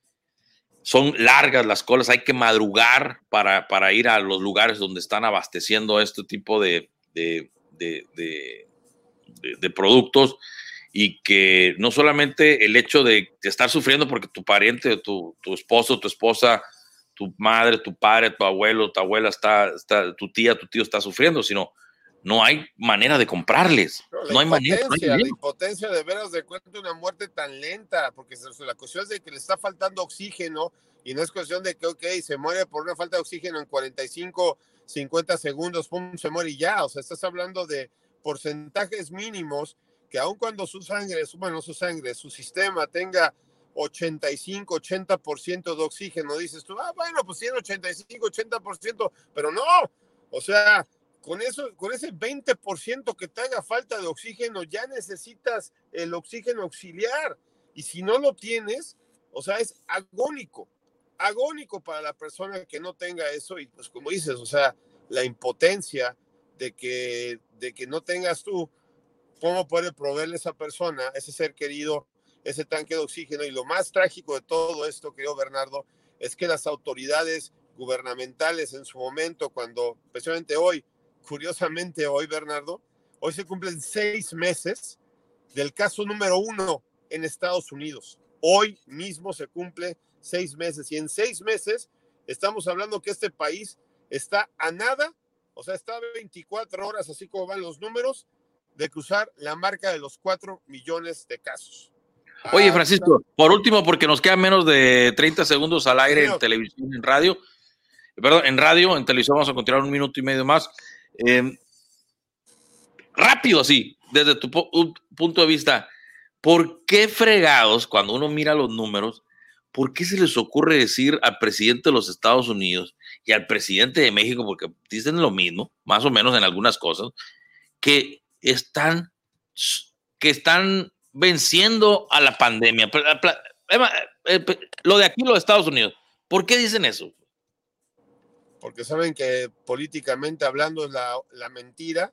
Son largas las colas, hay que madrugar para, para ir a los lugares donde están abasteciendo este tipo de, de, de, de, de, de productos, y que no solamente el hecho de, de estar sufriendo porque tu pariente, tu, tu esposo, tu esposa, tu madre, tu padre, tu abuelo, tu abuela, está, está, tu tía, tu tío está sufriendo, sino no hay manera de comprarles. No, la no hay manera. impotencia, No hay la impotencia de veras de cuenta una muerte tan lenta, porque la cuestión es de que le está faltando oxígeno, y no es cuestión de que, ok, se muere por una falta de oxígeno en cuarenta y cinco, cincuenta segundos, pum, se muere y ya. O sea, estás hablando de porcentajes mínimos que aun cuando su sangre, su, bueno, su sangre, su sistema tenga ochenta y cinco, ochenta por ciento de oxígeno, dices tú, ah, bueno, pues tiene ochenta y cinco, ochenta por ciento, pero no, o sea, con eso, con ese veinte por ciento que te haga falta de oxígeno, ya necesitas el oxígeno auxiliar, y si no lo tienes, o sea, es agónico, agónico para la persona que no tenga eso. Y pues como dices, o sea, la impotencia de que, de que no tengas tú cómo puede proveerle a esa persona, ese ser querido, ese tanque de oxígeno. Y lo más trágico de todo esto, querido Bernardo, es que las autoridades gubernamentales en su momento, cuando, especialmente hoy, curiosamente hoy, Bernardo, hoy se cumplen seis meses del caso número uno en Estados Unidos. Hoy mismo se cumple seis meses, y en seis meses estamos hablando que este país está a nada, o sea, está a veinticuatro horas, así como van los números, de cruzar la marca de los cuatro millones de casos. Oye, Francisco, por último, porque nos quedan menos de treinta segundos al aire, sí, en televisión, en radio, perdón, en radio, en televisión vamos a continuar un minuto y medio más. Eh, rápido, así, desde tu punto de vista, ¿por qué fregados, cuando uno mira los números, por qué se les ocurre decir al presidente de los Estados Unidos y al presidente de México, porque dicen lo mismo, más o menos en algunas cosas, que están, que están venciendo a la pandemia? Lo de aquí, lo de Estados Unidos, ¿por qué dicen eso? Porque saben que políticamente hablando es la, la mentira,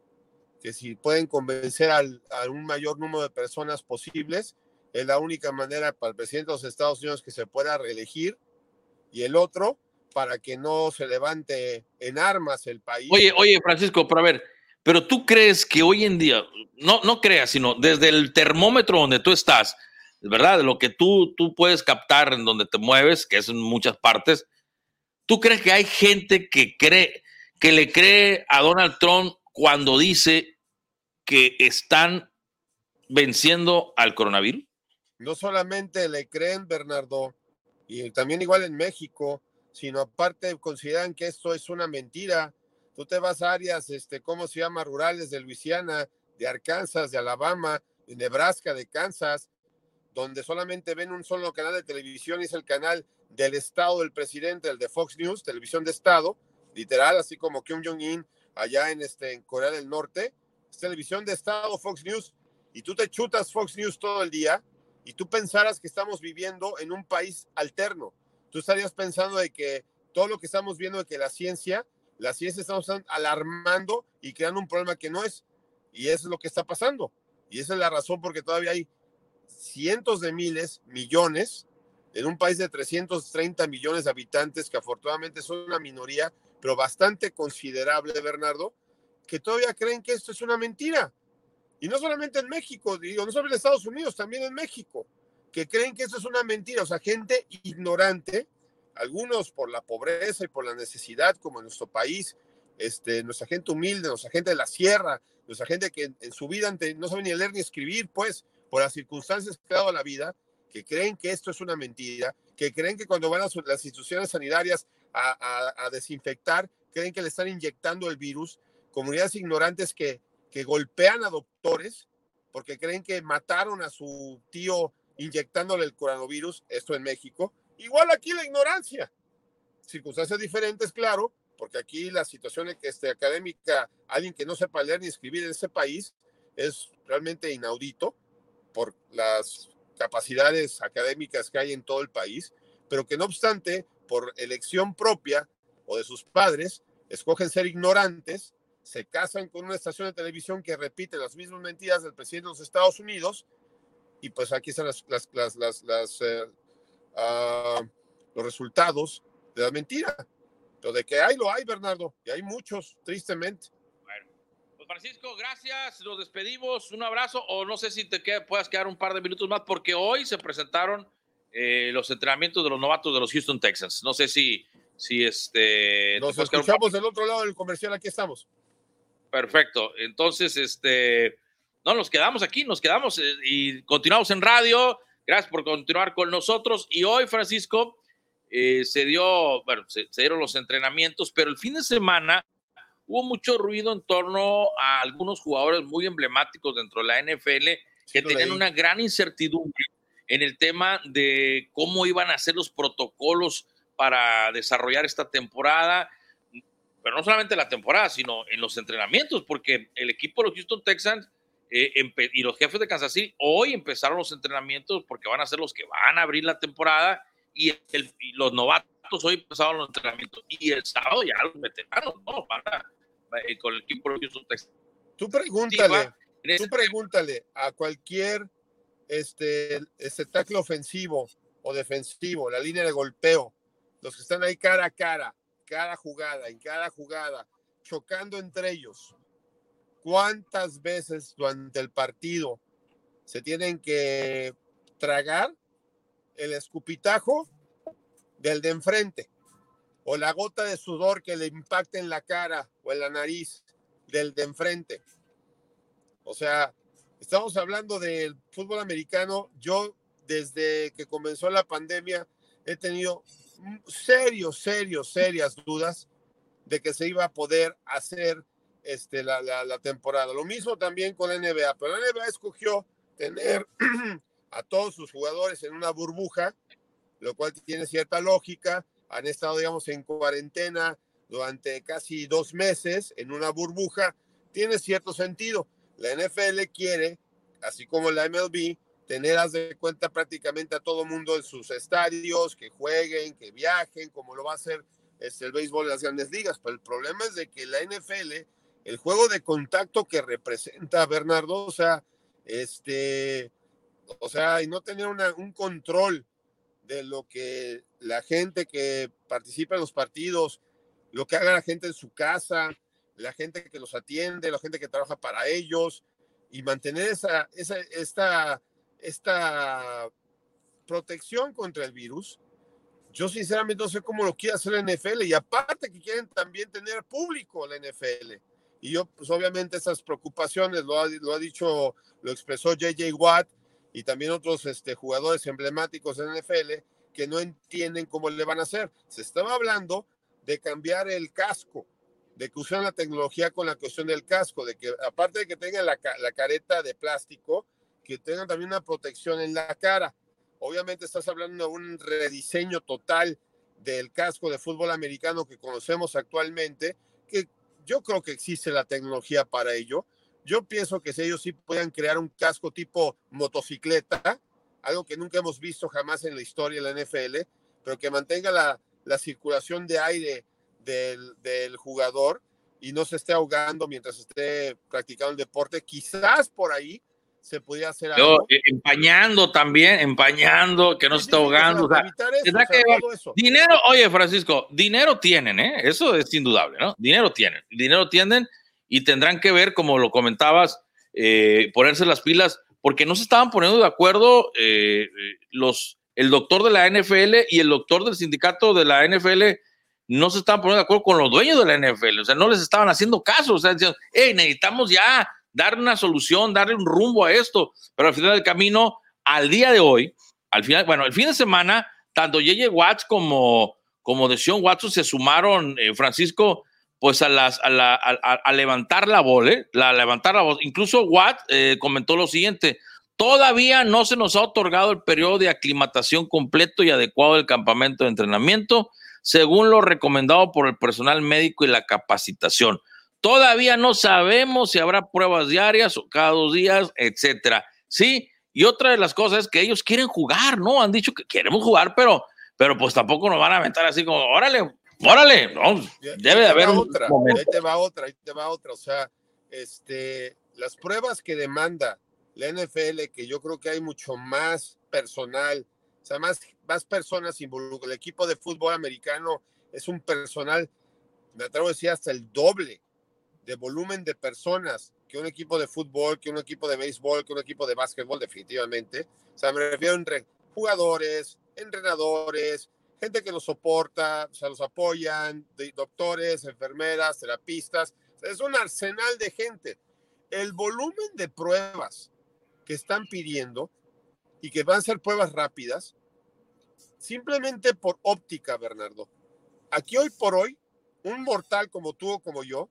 que si pueden convencer al, a un mayor número de personas posibles, es la única manera para el presidente de los Estados Unidos que se pueda reelegir, y el otro, para que no se levante en armas el país. Oye, oye, Francisco, pero a ver, pero tú crees que hoy en día, no, no creas, sino desde el termómetro donde tú estás, ¿verdad? De lo que tú, tú puedes captar en donde te mueves, que es en muchas partes, ¿tú crees que hay gente que cree, que le cree a Donald Trump cuando dice que están venciendo al coronavirus? No solamente le creen, Bernardo, y también igual en México, sino aparte consideran que esto es una mentira. Tú te vas a áreas, este, ¿cómo se llama? Rurales de Luisiana, de Arkansas, de Alabama, de Nebraska, de Kansas, donde solamente ven un solo canal de televisión y es el canal del estado del presidente, el de Fox News, televisión de estado, literal, así como Kim Jong-un allá en, este, en Corea del Norte, es televisión de estado, Fox News, y tú te chutas Fox News todo el día y tú pensaras que estamos viviendo en un país alterno. Tú estarías pensando de que todo lo que estamos viendo, de que la ciencia, la ciencia estamos alarmando y creando un problema que no es, y eso es lo que está pasando, y esa es la razón porque todavía hay cientos de miles, millones, en un país de trescientos treinta millones de habitantes, que afortunadamente son una minoría, pero bastante considerable, Bernardo, que todavía creen que esto es una mentira. Y no solamente en México, digo, no solo en Estados Unidos, también en México, que creen que esto es una mentira. O sea, gente ignorante, algunos por la pobreza y por la necesidad, como en nuestro país, este, nuestra gente humilde, nuestra gente de la sierra, nuestra gente que en, en su vida ante, no sabe ni leer ni escribir, pues, por las circunstancias que ha dado la vida, que creen que esto es una mentira, que creen que cuando van a su, las instituciones sanitarias a, a, a desinfectar, creen que le están inyectando el virus, comunidades ignorantes que, que golpean a doctores porque creen que mataron a su tío inyectándole el coronavirus, esto en México. Igual aquí la ignorancia, circunstancias diferentes, claro, porque aquí la situación este, académica, alguien que no sepa leer ni escribir en ese país, es realmente inaudito por las capacidades académicas que hay en todo el país, pero que no obstante, por elección propia o de sus padres, escogen ser ignorantes, se casan con una estación de televisión que repite las mismas mentiras del presidente de los Estados Unidos, y pues aquí están las, las, las, las, las, eh, uh, los resultados de la mentira. Lo de que hay, lo hay, Bernardo, y hay muchos, tristemente. Bueno, pues Francisco, gracias, nos despedimos, un abrazo, o no sé si te queda, puedas quedar un par de minutos más, porque hoy se presentaron eh, los entrenamientos de los novatos de los Houston Texans. No sé si, si este... Nos escuchamos del otro lado del comercial, aquí estamos. Perfecto, entonces, este, no, nos quedamos aquí, nos quedamos eh, y continuamos en radio. Gracias por continuar con nosotros. Y hoy, Francisco, eh, se dio, bueno, se, se dieron los entrenamientos, pero el fin de semana hubo mucho ruido en torno a algunos jugadores muy emblemáticos dentro de la N F L que Sí, tenían una gran incertidumbre en el tema de cómo iban a ser los protocolos para desarrollar esta temporada. Pero no solamente la temporada, sino en los entrenamientos, porque el equipo de los Houston Texans eh, empe- y los jefes de Kansas City hoy empezaron los entrenamientos porque van a ser los que van a abrir la temporada, y, el, y los novatos hoy empezaron los entrenamientos, y el sábado ya los veteranos, ¿no? Van a, eh, con el equipo de los Houston Texans. Tú pregúntale, En ese tú pregúntale a cualquier este, este tackle ofensivo o defensivo, la línea de golpeo, los que están ahí cara a cara, cada jugada, en cada jugada, chocando entre ellos. ¿Cuántas veces durante el partido se tienen que tragar el escupitajo del de enfrente o la gota de sudor que le impacta en la cara o en la nariz del de enfrente? O sea, estamos hablando del fútbol americano. Yo, desde que comenzó la pandemia, he tenido serios, serios, serias dudas de que se iba a poder hacer este, la, la, la temporada. Lo mismo también con la N B A, pero la N B A escogió tener a todos sus jugadores en una burbuja, lo cual tiene cierta lógica. Han estado, digamos, en cuarentena durante casi dos meses en una burbuja. Tiene cierto sentido. La N F L quiere, así como la M L B, tener, haz de cuenta, prácticamente a todo mundo en sus estadios, que jueguen, que viajen, como lo va a hacer este, el béisbol de las grandes ligas. Pero el problema es de que la N F L, el juego de contacto que representa Bernardo, o sea, este, o sea, y no tener una, un control de lo que la gente que participa en los partidos, lo que haga la gente en su casa, la gente que los atiende, la gente que trabaja para ellos, y mantener esa, esa, esta, esta protección contra el virus. Yo sinceramente no sé cómo lo quiere hacer la N F L, y aparte que quieren también tener público la N F L. Y yo, pues obviamente esas preocupaciones lo ha, lo ha dicho, lo expresó J J Watt y también otros este, jugadores emblemáticos de la N F L que no entienden cómo le van a hacer. Se estaba hablando de cambiar el casco, de que usan la tecnología con la cuestión del casco, de que aparte de que tengan la, la careta de plástico, que tengan también una protección en la cara. Obviamente estás hablando de un rediseño total del casco de fútbol americano que conocemos actualmente, que yo creo que existe la tecnología para ello. Yo pienso que si ellos sí puedan crear un casco tipo motocicleta, algo que nunca hemos visto jamás en la historia de la N F L, pero que mantenga la, la circulación de aire del, del jugador y no se esté ahogando mientras esté practicando el deporte, quizás por ahí se podría hacer Yo, algo. eh, empañando también, empañando, que no Sí, se sí, está sí, ahogando. o sea, O sea, evitar eso, tendrá o sea, que llevar todo eso. dinero. Oye, Francisco, dinero tienen, ¿eh? Eso es indudable, ¿no? Dinero tienen, dinero tienen y tendrán que ver, como lo comentabas, eh, ponerse las pilas, porque no se estaban poniendo de acuerdo eh, los, el doctor de la N F L y el doctor del sindicato de la N F L. No se estaban poniendo de acuerdo con los dueños de la N F L, o sea, no les estaban haciendo caso, o sea, decían, hey, necesitamos ya dar una solución, darle un rumbo a esto, pero al final del camino, al día de hoy, al final, bueno, el fin de semana, tanto J J Watts como, como Deshaun Watson se sumaron, eh, Francisco, pues a, las, a, la, a, a levantar la voz, ¿eh? La, levantar la voz. Incluso Watt eh, comentó lo siguiente: todavía no se nos ha otorgado el periodo de aclimatación completo y adecuado del campamento de entrenamiento, según lo recomendado por el personal médico y la capacitación. Todavía no sabemos si habrá pruebas diarias o cada dos días, etcétera. Sí, y otra de las cosas es que ellos quieren jugar, ¿no? Han dicho que queremos jugar, pero, pero pues tampoco nos van a aventar así como, órale, órale, no, debe de haber un otra, momento. ahí te va otra, ahí te va otra, o sea, este, las pruebas que demanda la N F L, que yo creo que hay mucho más personal, o sea, más, más personas involucradas. El equipo de fútbol americano es un personal, me atrevo a decir, hasta el doble de volumen de personas que un equipo de fútbol, que un equipo de béisbol, que un equipo de básquetbol, definitivamente. O sea, me refiero a jugadores, entrenadores, gente que los soporta, o sea, los apoyan, de doctores, enfermeras, terapistas. O sea, es un arsenal de gente. El volumen de pruebas que están pidiendo y que van a ser pruebas rápidas, simplemente por óptica, Bernardo. Aquí hoy por hoy, un mortal como tú o como yo,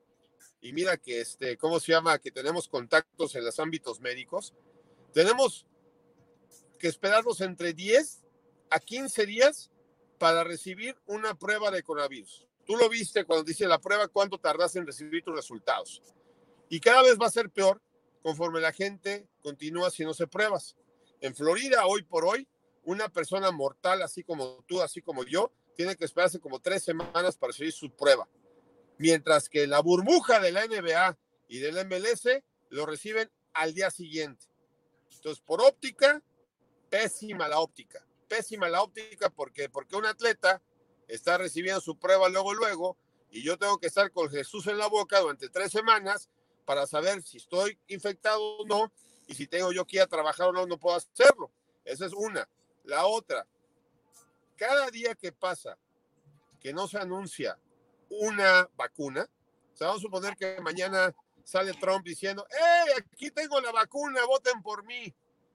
y mira que, este, ¿cómo se llama? Que tenemos contactos en los ámbitos médicos, tenemos que esperarnos entre diez a quince días para recibir una prueba de coronavirus. Tú lo viste cuando dice la prueba, cuánto tardas en recibir tus resultados. Y cada vez va a ser peor conforme la gente continúa haciéndose pruebas. En Florida, hoy por hoy, una persona mortal, así como tú, así como yo, tiene que esperarse como tres semanas para recibir su prueba. Mientras que la burbuja de la N B A y del M L S lo reciben al día siguiente. Entonces, por óptica, pésima la óptica. Pésima la óptica porque, porque un atleta está recibiendo su prueba luego, luego, y yo tengo que estar con Jesús en la boca durante tres semanas para saber si estoy infectado o no, y si tengo yo que ir a trabajar o no, no puedo hacerlo. Esa es una. La otra, cada día que pasa que no se anuncia una vacuna, o sea, vamos a suponer que mañana sale Trump diciendo, ¡hey, aquí tengo la vacuna, voten por mí!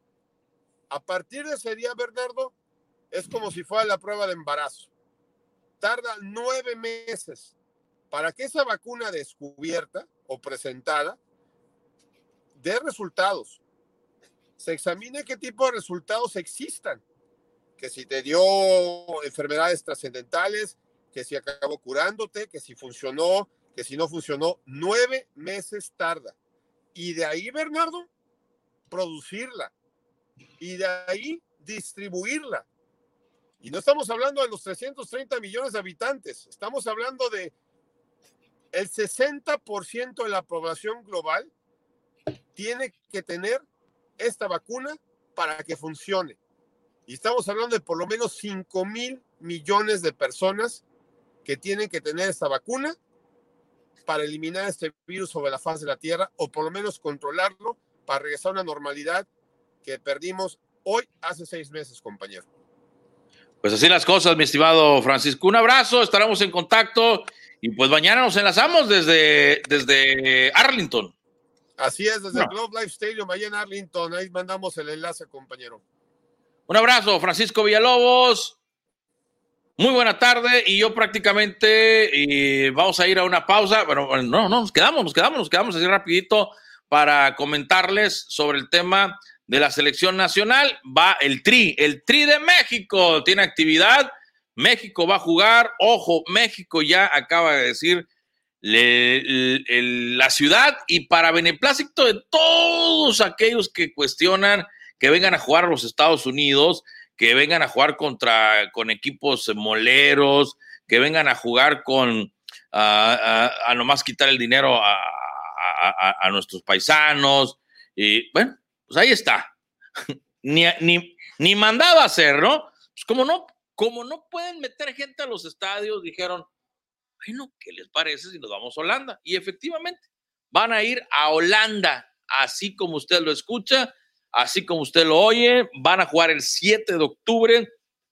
A partir de ese día, Bernardo, es como si fuera la prueba de embarazo. Tarda nueve meses para que esa vacuna descubierta o presentada dé resultados. Se examine qué tipo de resultados existan. Que si te dio enfermedades trascendentales, que si acabó curándote, que si funcionó, que si no funcionó. Nueve meses tarda. Y de ahí, Bernardo, producirla. Y de ahí distribuirla. Y no estamos hablando de los trescientos treinta millones de habitantes. Estamos hablando de el sesenta por ciento de la población global tiene que tener esta vacuna para que funcione. Y estamos hablando de por lo menos cinco mil millones de personas que tienen que tener esta vacuna para eliminar este virus sobre la faz de la Tierra, o por lo menos controlarlo para regresar a una normalidad que perdimos hoy hace seis meses, compañero. Pues así las cosas, mi estimado Francisco. Un abrazo, estaremos en contacto y pues mañana nos enlazamos desde, desde Arlington. Así es, desde no. el Globe Life Stadium, allá en Arlington. Ahí mandamos el enlace, compañero. Un abrazo, Francisco Villalobos. Muy buena tarde y yo prácticamente eh, vamos a ir a una pausa. Bueno, no, no, nos quedamos, nos quedamos, nos quedamos así rapidito para comentarles sobre el tema de la selección nacional. Va el Tri, el Tri de México tiene actividad. México va a jugar. Ojo, México ya acaba de decir le, le, el, la ciudad, y para beneplácito de todos aquellos que cuestionan que vengan a jugar a los Estados Unidos, que vengan a jugar contra con equipos moleros, que vengan a jugar con uh, a, a nomás quitar el dinero a, a, a, a nuestros paisanos. Y bueno, pues ahí está. ni, ni, ni mandaba a hacer, ¿no? Pues como no, como no pueden meter gente a los estadios, dijeron, bueno, ¿qué les parece si nos vamos a Holanda? Y efectivamente, van a ir a Holanda, así como usted lo escucha, así como usted lo oye. Van a jugar el siete de octubre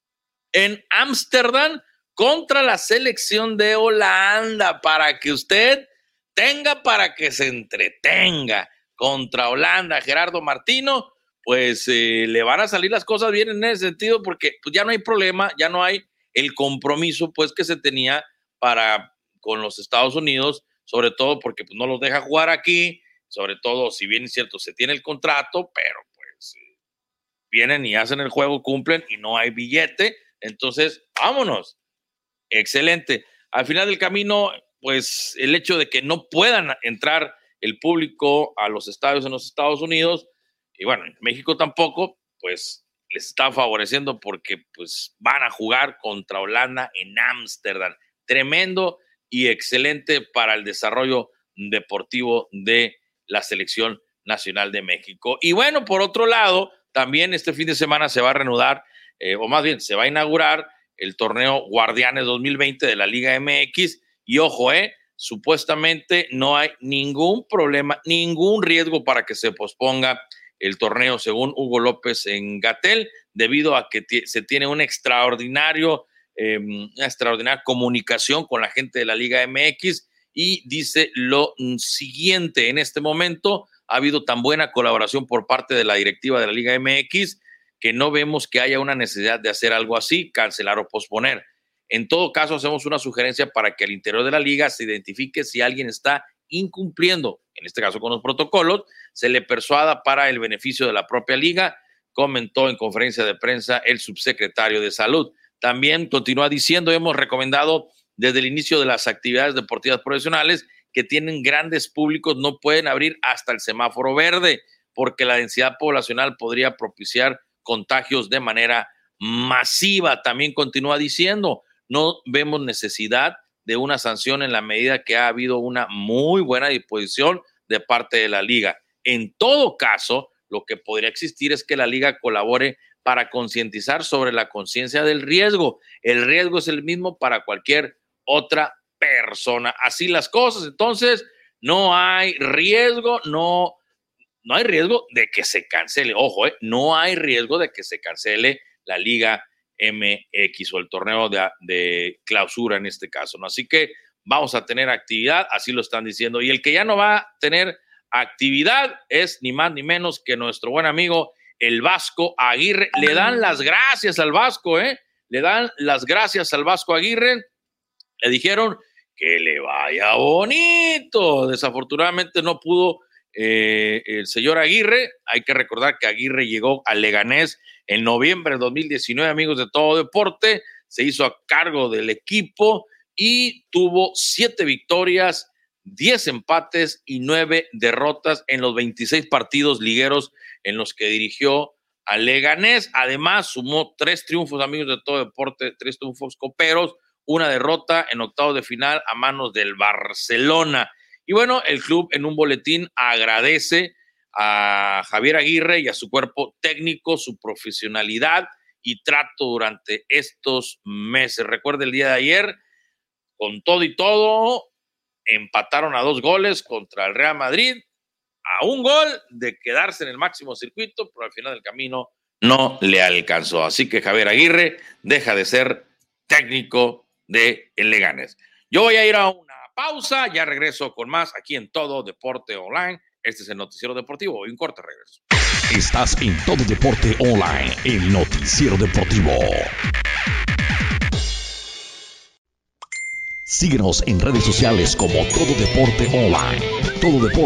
en Ámsterdam contra la selección de Holanda, para que usted tenga, para que se entretenga contra Holanda. Gerardo Martino, pues eh, le van a salir las cosas bien en ese sentido, porque pues, ya no hay problema, ya no hay el compromiso pues que se tenía para con los Estados Unidos, sobre todo porque pues, no los deja jugar aquí, sobre todo si bien es cierto, se tiene el contrato, pero pues eh, vienen y hacen el juego, cumplen y no hay billete, entonces vámonos. Excelente. Al final del camino, pues el hecho de que no puedan entrar el público a los estadios en los Estados Unidos, y bueno, en México tampoco, pues les está favoreciendo porque pues van a jugar contra Holanda en Ámsterdam. Tremendo y excelente para el desarrollo deportivo de la selección nacional de México. Y bueno, por otro lado, también este fin de semana se va a reanudar, eh, o más bien se va a inaugurar el torneo Guardianes dos mil veinte de la Liga M X. Y ojo, eh, supuestamente no hay ningún problema, ningún riesgo para que se posponga el torneo, según Hugo López en Gatell, debido a que t- se tiene un extraordinario, eh, una extraordinaria comunicación con la gente de la Liga M X, y dice lo siguiente: en este momento ha habido tan buena colaboración por parte de la directiva de la Liga M X que no vemos que haya una necesidad de hacer algo así, cancelar o posponer. En todo caso, hacemos una sugerencia para que al interior de la liga se identifique si alguien está incumpliendo, en este caso con los protocolos, se le persuada para el beneficio de la propia liga, comentó en conferencia de prensa el subsecretario de Salud. También continúa diciendo, hemos recomendado desde el inicio de las actividades deportivas profesionales que tienen grandes públicos, no pueden abrir hasta el semáforo verde, porque la densidad poblacional podría propiciar contagios de manera masiva. También continúa diciendo, no vemos necesidad de una sanción en la medida que ha habido una muy buena disposición de parte de la liga. En todo caso, lo que podría existir es que la liga colabore para concientizar sobre la conciencia del riesgo. El riesgo es el mismo para cualquier otra persona. Así las cosas. Entonces, no hay riesgo, no, no hay riesgo de que se cancele. Ojo, eh, no hay riesgo de que se cancele la Liga M X o el torneo de, de clausura en este caso, ¿no? Así que vamos a tener actividad, así lo están diciendo. Y el que ya no va a tener actividad es ni más ni menos que nuestro buen amigo el Vasco Aguirre. Le dan las gracias al Vasco, ¿eh? Le dan las gracias al Vasco Aguirre. Le dijeron que le vaya bonito. Desafortunadamente no pudo eh, el señor Aguirre. Hay que recordar que Aguirre llegó al Leganés en noviembre de dos mil diecinueve, amigos de Todo Deporte. Se hizo a cargo del equipo y tuvo siete victorias, diez empates y nueve derrotas en los veintiséis partidos ligueros en los que dirigió al Leganés. Además, sumó tres triunfos, amigos de Todo Deporte, tres triunfos coperos, una derrota en octavos de final a manos del Barcelona. Y bueno, el club en un boletín agradece a Javier Aguirre y a su cuerpo técnico su profesionalidad y trato durante estos meses. Recuerda el día de ayer, con todo y todo, empataron a dos goles contra el Real Madrid, a un gol de quedarse en el máximo circuito, pero al final del camino no le alcanzó. Así que Javier Aguirre deja de ser técnico de el Leganés. Yo voy a ir a una pausa, ya regreso con más aquí en Todo Deporte Online. Este es el Noticiero Deportivo, hoy un corte regreso. Estás en Todo Deporte Online, el Noticiero Deportivo. Síguenos en redes sociales como Todo Deporte Online. Todo Deporte